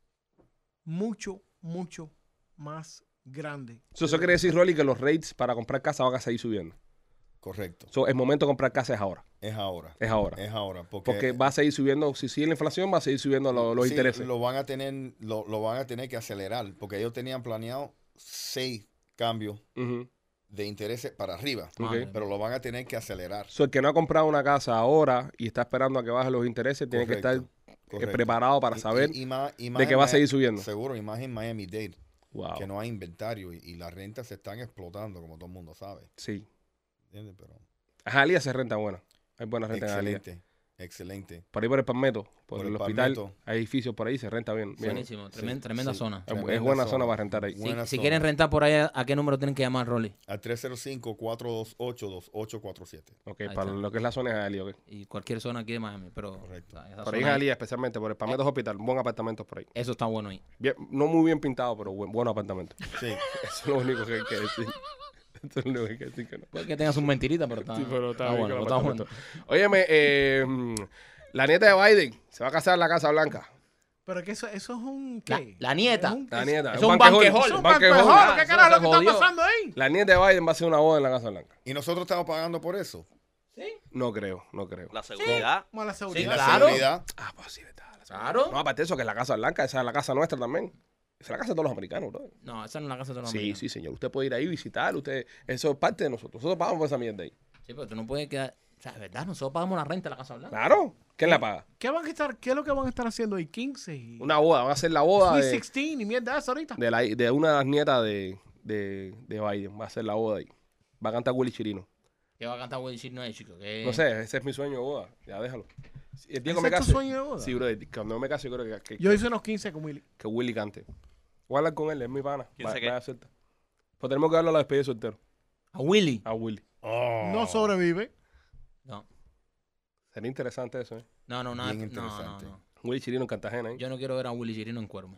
mucho, mucho más grande. Eso, eso quiere decir, Rolly, que los rates para comprar casa van a seguir subiendo. Correcto. So, el momento de comprar casa es ahora. Es ahora. Es ahora. Es ahora. Porque, Porque va a seguir subiendo. Si sigue la inflación, va a seguir subiendo lo- los sí, intereses. Lo van a tener, lo, lo van a tener que acelerar. Porque ellos tenían planeado seis cambios Ujú. de intereses para arriba. Ok. Madre Pero lo van a tener que acelerar. So, el que no ha comprado una casa ahora y está esperando a que bajen los intereses, tiene que estar Correcto, eh, correcto. preparado para Y- saber y- y más- y más de que en va a Mi- seguir subiendo. Seguro, y más en Miami-Dade, Wow. que no hay inventario y, y las rentas se están explotando, como todo el mundo sabe. Sí. ¿Entiendes? Pero Jalía se renta buena. Hay buena renta en Jalía. excelente, excelente. Por ahí por el Palmetto, por, Por el, el hospital, Palmetto. hay edificios por ahí, se renta bien. bien. Buenísimo, Sí, tremen- tremenda sí. zona. Es- Tremenda es buena zona. zona para rentar ahí. Si, Buena si zona. quieren rentar por ahí, ¿a qué número tienen que llamar, Rolly? Al tres cero cinco, cuatro dos ocho, dos ocho cuatro siete. Ok, Ahí para está. lo que es la zona de Jalía, ok. Y cualquier zona aquí de Miami, pero Correcto. o sea, esa Por ahí en zona- Jalía, especialmente por el Palmetto Eh. Hospital, buen apartamento por ahí. eso está bueno ahí. Bien- no muy bien pintado, pero buen, buen apartamento. Sí. Eso es lo único que hay que decir. Eso es lo único que hay que decir que no. Puede que tengas un mentirita, pero está, Sí, pero está está bien bueno. con el Está bueno. apartamento. Óyeme, eh, mm, la nieta de Biden se va a casar en la Casa Blanca. Pero que eso, eso es un La, ¿qué? la nieta. Es un- La es- nieta. es un banquejol. es un un banquejol. banquejol. Ah, ¿Qué eso carajo se es lo que jodió. está pasando ahí? La nieta de Biden va a hacer una boda en la Casa Blanca. Y nosotros estamos pagando por eso. No creo, no creo. La seguridad. Como la Sí, seguridad. La claro. seguridad. Ah, pues sí, verdad. la seguridad. Claro. No, aparte de eso, que es la Casa Blanca, esa es la casa nuestra también. Esa es la casa de todos los americanos, bro. No, esa no es la casa de los Sí, americanos. sí, señor. Usted puede ir ahí, visitar, usted, eso es parte de nosotros. Nosotros pagamos por esa mierda ahí. Sí, pero tú no puedes quedar. O sea, es verdad, nosotros pagamos la renta de la Casa Blanca. Claro. ¿Quién la paga? ¿Qué van a estar, qué es lo que van a estar haciendo ahí? quince y Una boda, van a hacer la boda Sweet de, sixteen y mierda esa ahorita. de, la, de una de las nietas de, de, de Biden. Va a hacer la boda ahí. Va a cantar Willy Chirino. ¿Qué va a cantar Will no es, chico? ¿Qué? No sé, ese es mi sueño de boda. Ya déjalo. Si el día que ¿Ese me es tu case. sueño de boda? Sí, bro. Cuando me case, yo creo que, que, Yo hice unos quince con Willy. que Willy cante. Voy a hablar con él, es mi pana. ¿Quién Va, sé qué? va a hacerte. Pues tenemos que darle a la despedida de soltero. ¿A Willy? A Willy. Oh. No sobrevive. No. Sería interesante eso, ¿eh? No, no, nada. Bien No, no, interesante. no. Willy Chirino en Cartagena, ¿eh? Yo no quiero ver a Willy Chirino en cuervo.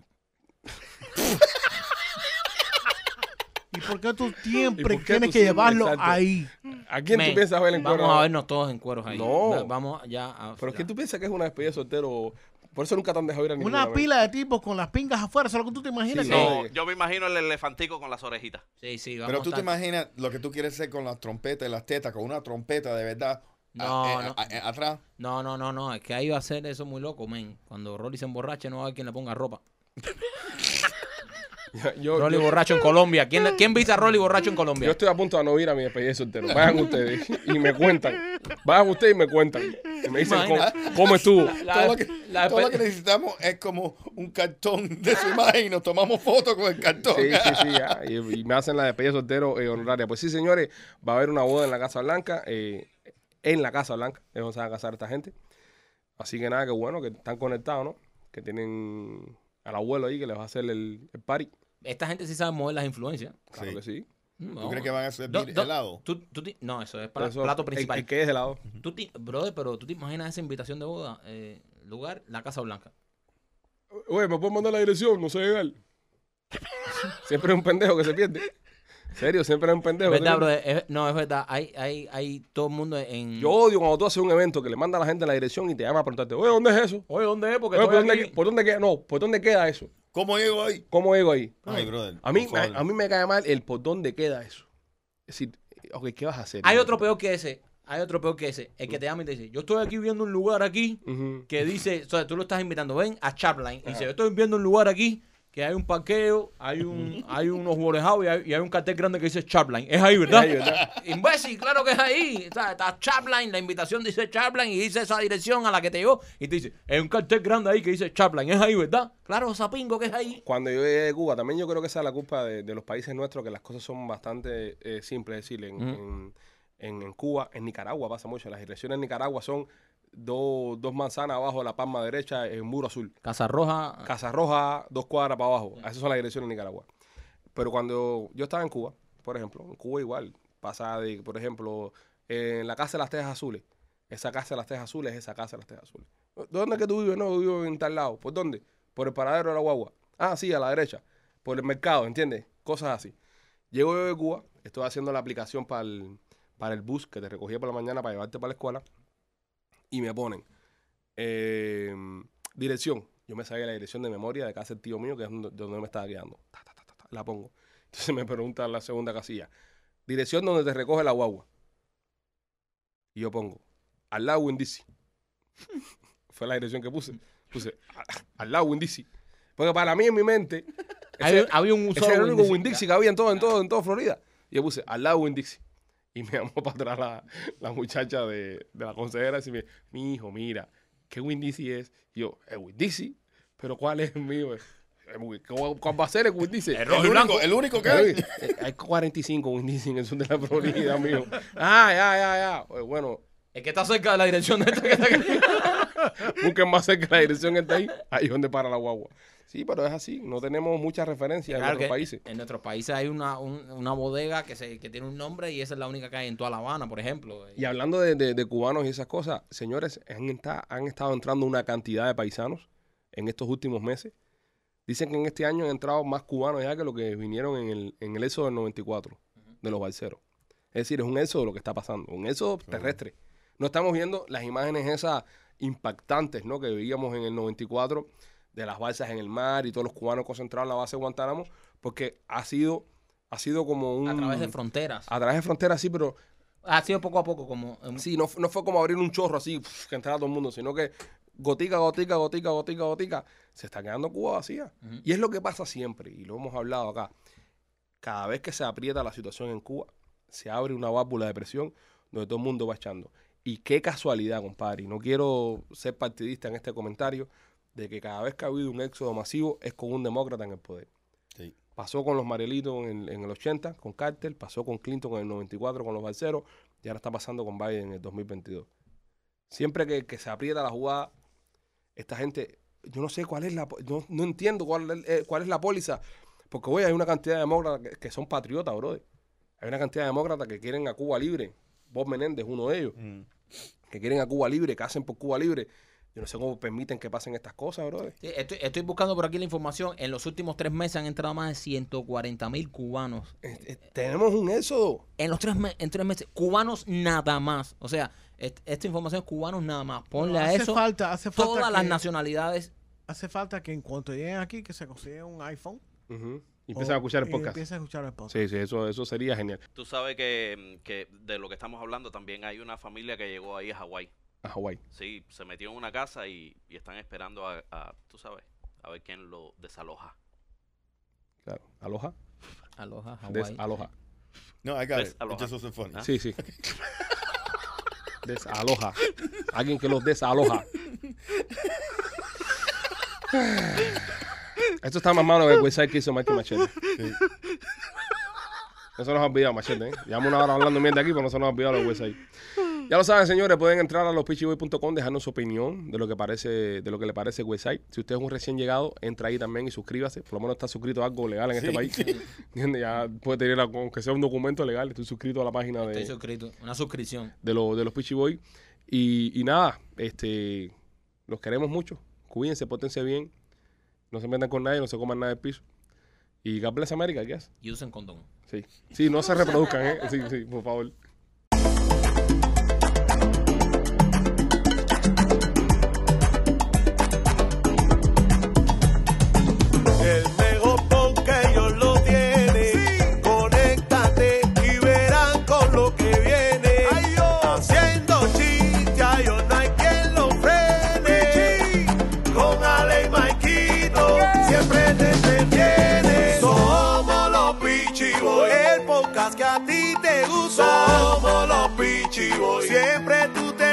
¿Y por qué tú ¿Y siempre por qué tienes tú que siempre? llevarlo Exacto. ahí? ¿A quién Men, tú piensas ver en Vamos cuero? a vernos todos en cueros ahí. No. Va- Vamos ya a. Pero es que tú piensas que es una despedida de soltero. Por eso nunca te han dejado ir a ninguna. Una men. pila de tipos con las pingas afuera, eso es lo que tú te imaginas. Sí, que- no. No, yo me imagino el elefantico con las orejitas. Sí, sí, vamos Pero tú a te estar- imaginas lo que tú quieres hacer con las trompetas y las tetas, con una trompeta de verdad No, a- no. a- a- atrás. No, no, no, no. Es que ahí va a ser eso muy loco, men. Cuando Rolly se emborrache, no va a haber quien le ponga ropa. Yo, yo, Rolly yo- borracho en Colombia. ¿Quién, ¿Quién viste a Rolly borracho en yo Colombia? estoy a punto de no ir a mi despedida de soltero. Vayan ustedes y me cuentan. Vayan ustedes y me cuentan. Y me dicen cómo, Imagina. cómo estuvo. La- todo lo que, la- todo lo que necesitamos es como un cartón de su imagen y nos tomamos fotos con el cartón. Sí, sí, sí. ya. Y, y me hacen la despedida de soltero eh, honoraria. Pues sí, señores, va a haber una boda en la Casa Blanca. eh, en la Casa Blanca. Es donde se van a casar esta gente. Así que nada, que bueno, que están conectados, ¿no? Que tienen al abuelo ahí que les va a hacer el, el party. Esta gente sí sabe mover las influencias. Claro Sí. que sí. No. ¿Tú crees que van a servir Do- do- helado? tú- tú ti- no, eso es para Eso, plato el- principal. El, que es de lado. Tú ti- brother, pero tú te imaginas esa invitación de boda, eh, lugar, la Casa Blanca. Oye, ¿me puedes mandar la dirección? No sé llegar. Siempre es un pendejo que se pierde. Serio, siempre es un pendejo. que se ¿Verdad, pierde. brother? Es- no, es verdad. Hay, hay, hay todo el mundo en... Yo odio cuando tú haces un evento que le manda a la gente la dirección y te llama a preguntarte, oye, ¿dónde es eso? Oye, ¿dónde es? Porque Oye, ¿por, estoy dónde, aquí. ¿por dónde queda? No, ¿por dónde queda eso? ¿Cómo llego ahí? ¿Cómo llego ahí? Ay, brother. A mí, por a, favor. a mí me cae mal el por dónde queda eso. Es decir, ok, ¿qué vas a hacer? Hay otro peor que ese. Hay otro peor que ese. El que te llama y te dice, yo estoy aquí viendo un lugar aquí Ujú. que dice, o sea, tú lo estás invitando, ven a Chapline. Y dice, yo estoy viendo un lugar aquí que hay un parqueo, hay un hay unos bolejados y hay, y hay un cartel grande que dice Chapline. Es ahí, ¿verdad? Es ahí, ¿verdad? Imbécil, claro que es ahí. O sea, está Chapline, la invitación dice Chapline y dice esa dirección a la que te llegó. Y te dice, hay un cartel grande ahí que dice Chapline. Es ahí, ¿verdad? Claro, sapingo que es ahí. Cuando yo llegué de Cuba, también yo creo que esa es la culpa de, de los países nuestros, que las cosas son bastante eh, simples. Es decir, en, Ujú. en, en- en Cuba, en Nicaragua pasa mucho. Las direcciones en Nicaragua son dos, dos manzanas abajo de la palma derecha en muro azul. Casa Roja. Casa Roja, dos cuadras para abajo. Esas son las direcciones en Nicaragua. Pero cuando yo estaba en Cuba, por ejemplo, en Cuba igual, pasa de, por ejemplo, en la Casa de las Tejas Azules. Esa Casa de las Tejas Azules es esa Casa de las Tejas Azules. ¿Dónde es que tú vives? No, yo vivo en tal lado. ¿Por dónde? Por el paradero de la guagua. Ah, sí, a la derecha. Por el mercado, ¿entiendes? Cosas así. Llego yo de Cuba, estoy haciendo la aplicación para el, para el bus que te recogía por la mañana para llevarte para la escuela. Y me ponen eh, dirección. Yo me sabía la dirección de memoria de casa del tío mío, que es donde, donde me estaba quedando. Ta, ta, ta, ta, ta, la pongo. Entonces me pregunta en la segunda casilla, dirección donde te recoge la guagua. Y yo pongo, al lado Winn-Dixie. Fue la dirección que puse. Puse, "A- al lado Winn-Dixie. Porque para mí en mi mente, Había, ese, había un ese solo era el único Winn-Dixie. Winn-Dixie que había en todo, en todo, en todo Florida. Y yo puse, al lado Winn-Dixie. Y me llamó para atrás la, la muchacha de, de la consejera y dice, mi hijo, mira, ¿qué Winn-Dixie es? Y yo, ¿el Winn-Dixie? ¿Pero cuál es el mío? El Win- ¿Cuál cuál va a ser el Winn-Dixie? El El rojo y blanco. único, el único que Hay, hay. eh, hay cuarenta y cinco Winn-Dixie en el sur de la Florida, mío. Ah, ya, ya, ya. Eh, Bueno, El que está cerca de la dirección de esta que está aquí. busquen más cerca la dirección está ahí. Ahí es donde para la guagua. Sí, pero es así. No tenemos muchas referencias en Claro otros que países. En nuestros países hay una, un- una bodega que, se, que tiene un nombre y esa es la única que hay en toda La Habana, por ejemplo. Y hablando de, de- de cubanos y esas cosas, señores, han, esta- han estado entrando una cantidad de paisanos en estos últimos meses. Dicen que en este año han entrado más cubanos ya que lo que vinieron en el, en el éxodo del noventa y cuatro, de los balseros. Es decir, es un éxodo lo que está pasando, un éxodo terrestre. No estamos viendo las imágenes esas impactantes, ¿no?, que veíamos en el noventa y cuatro de las balsas en el mar y todos los cubanos concentrados en la base de Guantánamo, porque ha sido, ha sido como un... A través de fronteras. A través de fronteras, sí, pero Ha sido poco a poco como... em, sí, no, fu- no fue como abrir un chorro así, pf, que entrara todo el mundo, sino que gotica, gotica, gotica, gotica, gotica, se está quedando Cuba vacía. Ujú. Y es lo que pasa siempre, y lo hemos hablado acá. Cada vez que se aprieta la situación en Cuba, se abre una válvula de presión donde todo el mundo va echando. Y qué casualidad, compadre, y no quiero ser partidista en este comentario, de que cada vez que ha habido un éxodo masivo es con un demócrata en el poder. Sí. Pasó con los Marielitos en el, en el ochenta, con Carter, pasó con Clinton en el noventa y cuatro con los balseros, y ahora está pasando con Biden en el dos mil veintidós. Siempre que, que se aprieta la jugada, esta gente, yo no sé cuál es la, no, no entiendo cuál, es- eh, cuál es la póliza, porque hoy hay una cantidad de demócratas que, que son patriotas, brother. Hay una cantidad de demócratas que quieren a Cuba libre. Bob Menéndez es uno de ellos, Mm. que quieren a Cuba libre, que hacen por Cuba libre. Yo no sé cómo permiten que pasen estas cosas, brother. Sí, estoy, estoy buscando por aquí la información. En los últimos tres meses han entrado más de ciento cuarenta mil cubanos. Eh, eh, tenemos un éxodo. En los tres, me- en tres meses. Cubanos nada más. O sea, est- esta información es cubanos nada más. Ponle a hace eso falta, hace falta todas que, las nacionalidades. hace falta que en cuanto lleguen aquí que se consigan un iPhone Ujú. Y empiezan a escuchar el y podcast. empiecen a escuchar el podcast. Sí, sí, eso, eso sería genial. Tú sabes que, que de lo que estamos hablando también hay una familia que llegó ahí a Hawái. A Hawái. Sí, se metió en una casa y, y están esperando a, a, tú sabes, a ver quién lo desaloja. Claro. Aloha. Aloha, Hawái. Desaloja. No, I got it. Desaloja. It just wasn't funny. Ah. Sí, sí. Desaloja. Alguien que los desaloja. Esto está más malo que el website que hizo Mikey Machete. Sí. No se nos ha olvidado, Machete, ¿eh? Llevamos una hora hablando mierda aquí, pero no se nos ha olvidado el website. Ya lo saben, señores, pueden entrar a los pitchyboy punto com, dejarnos su opinión de lo que parece, de lo que le parece el website. Si usted es un recién llegado, entra ahí también y suscríbase. Por lo menos está suscrito a algo legal en este país. ¿Entiendes? Ya puede tener, aunque sea un documento legal, estoy suscrito a la página de, Estoy suscrito. Una suscripción. de, lo- de los pitchyboy. Y, y nada, este, los queremos mucho. Cuídense, pórtense bien. No se metan con nadie, no se coman nada del piso. Y God bless America, ¿qué haces? Y usen condón. Sí. Sí, no se reproduzcan, ¿eh? Sí, sí, por favor. El mejor podcast ellos lo tienen. Conéctate y verán con lo que viene. Haciendo chistes, a ellos no hay quien lo frene. Con Ale y Maikito siempre te entretiene. Somos los Peachy Boys, el podcast que a ti te gusta. Somos los Peachy Boys, siempre tú te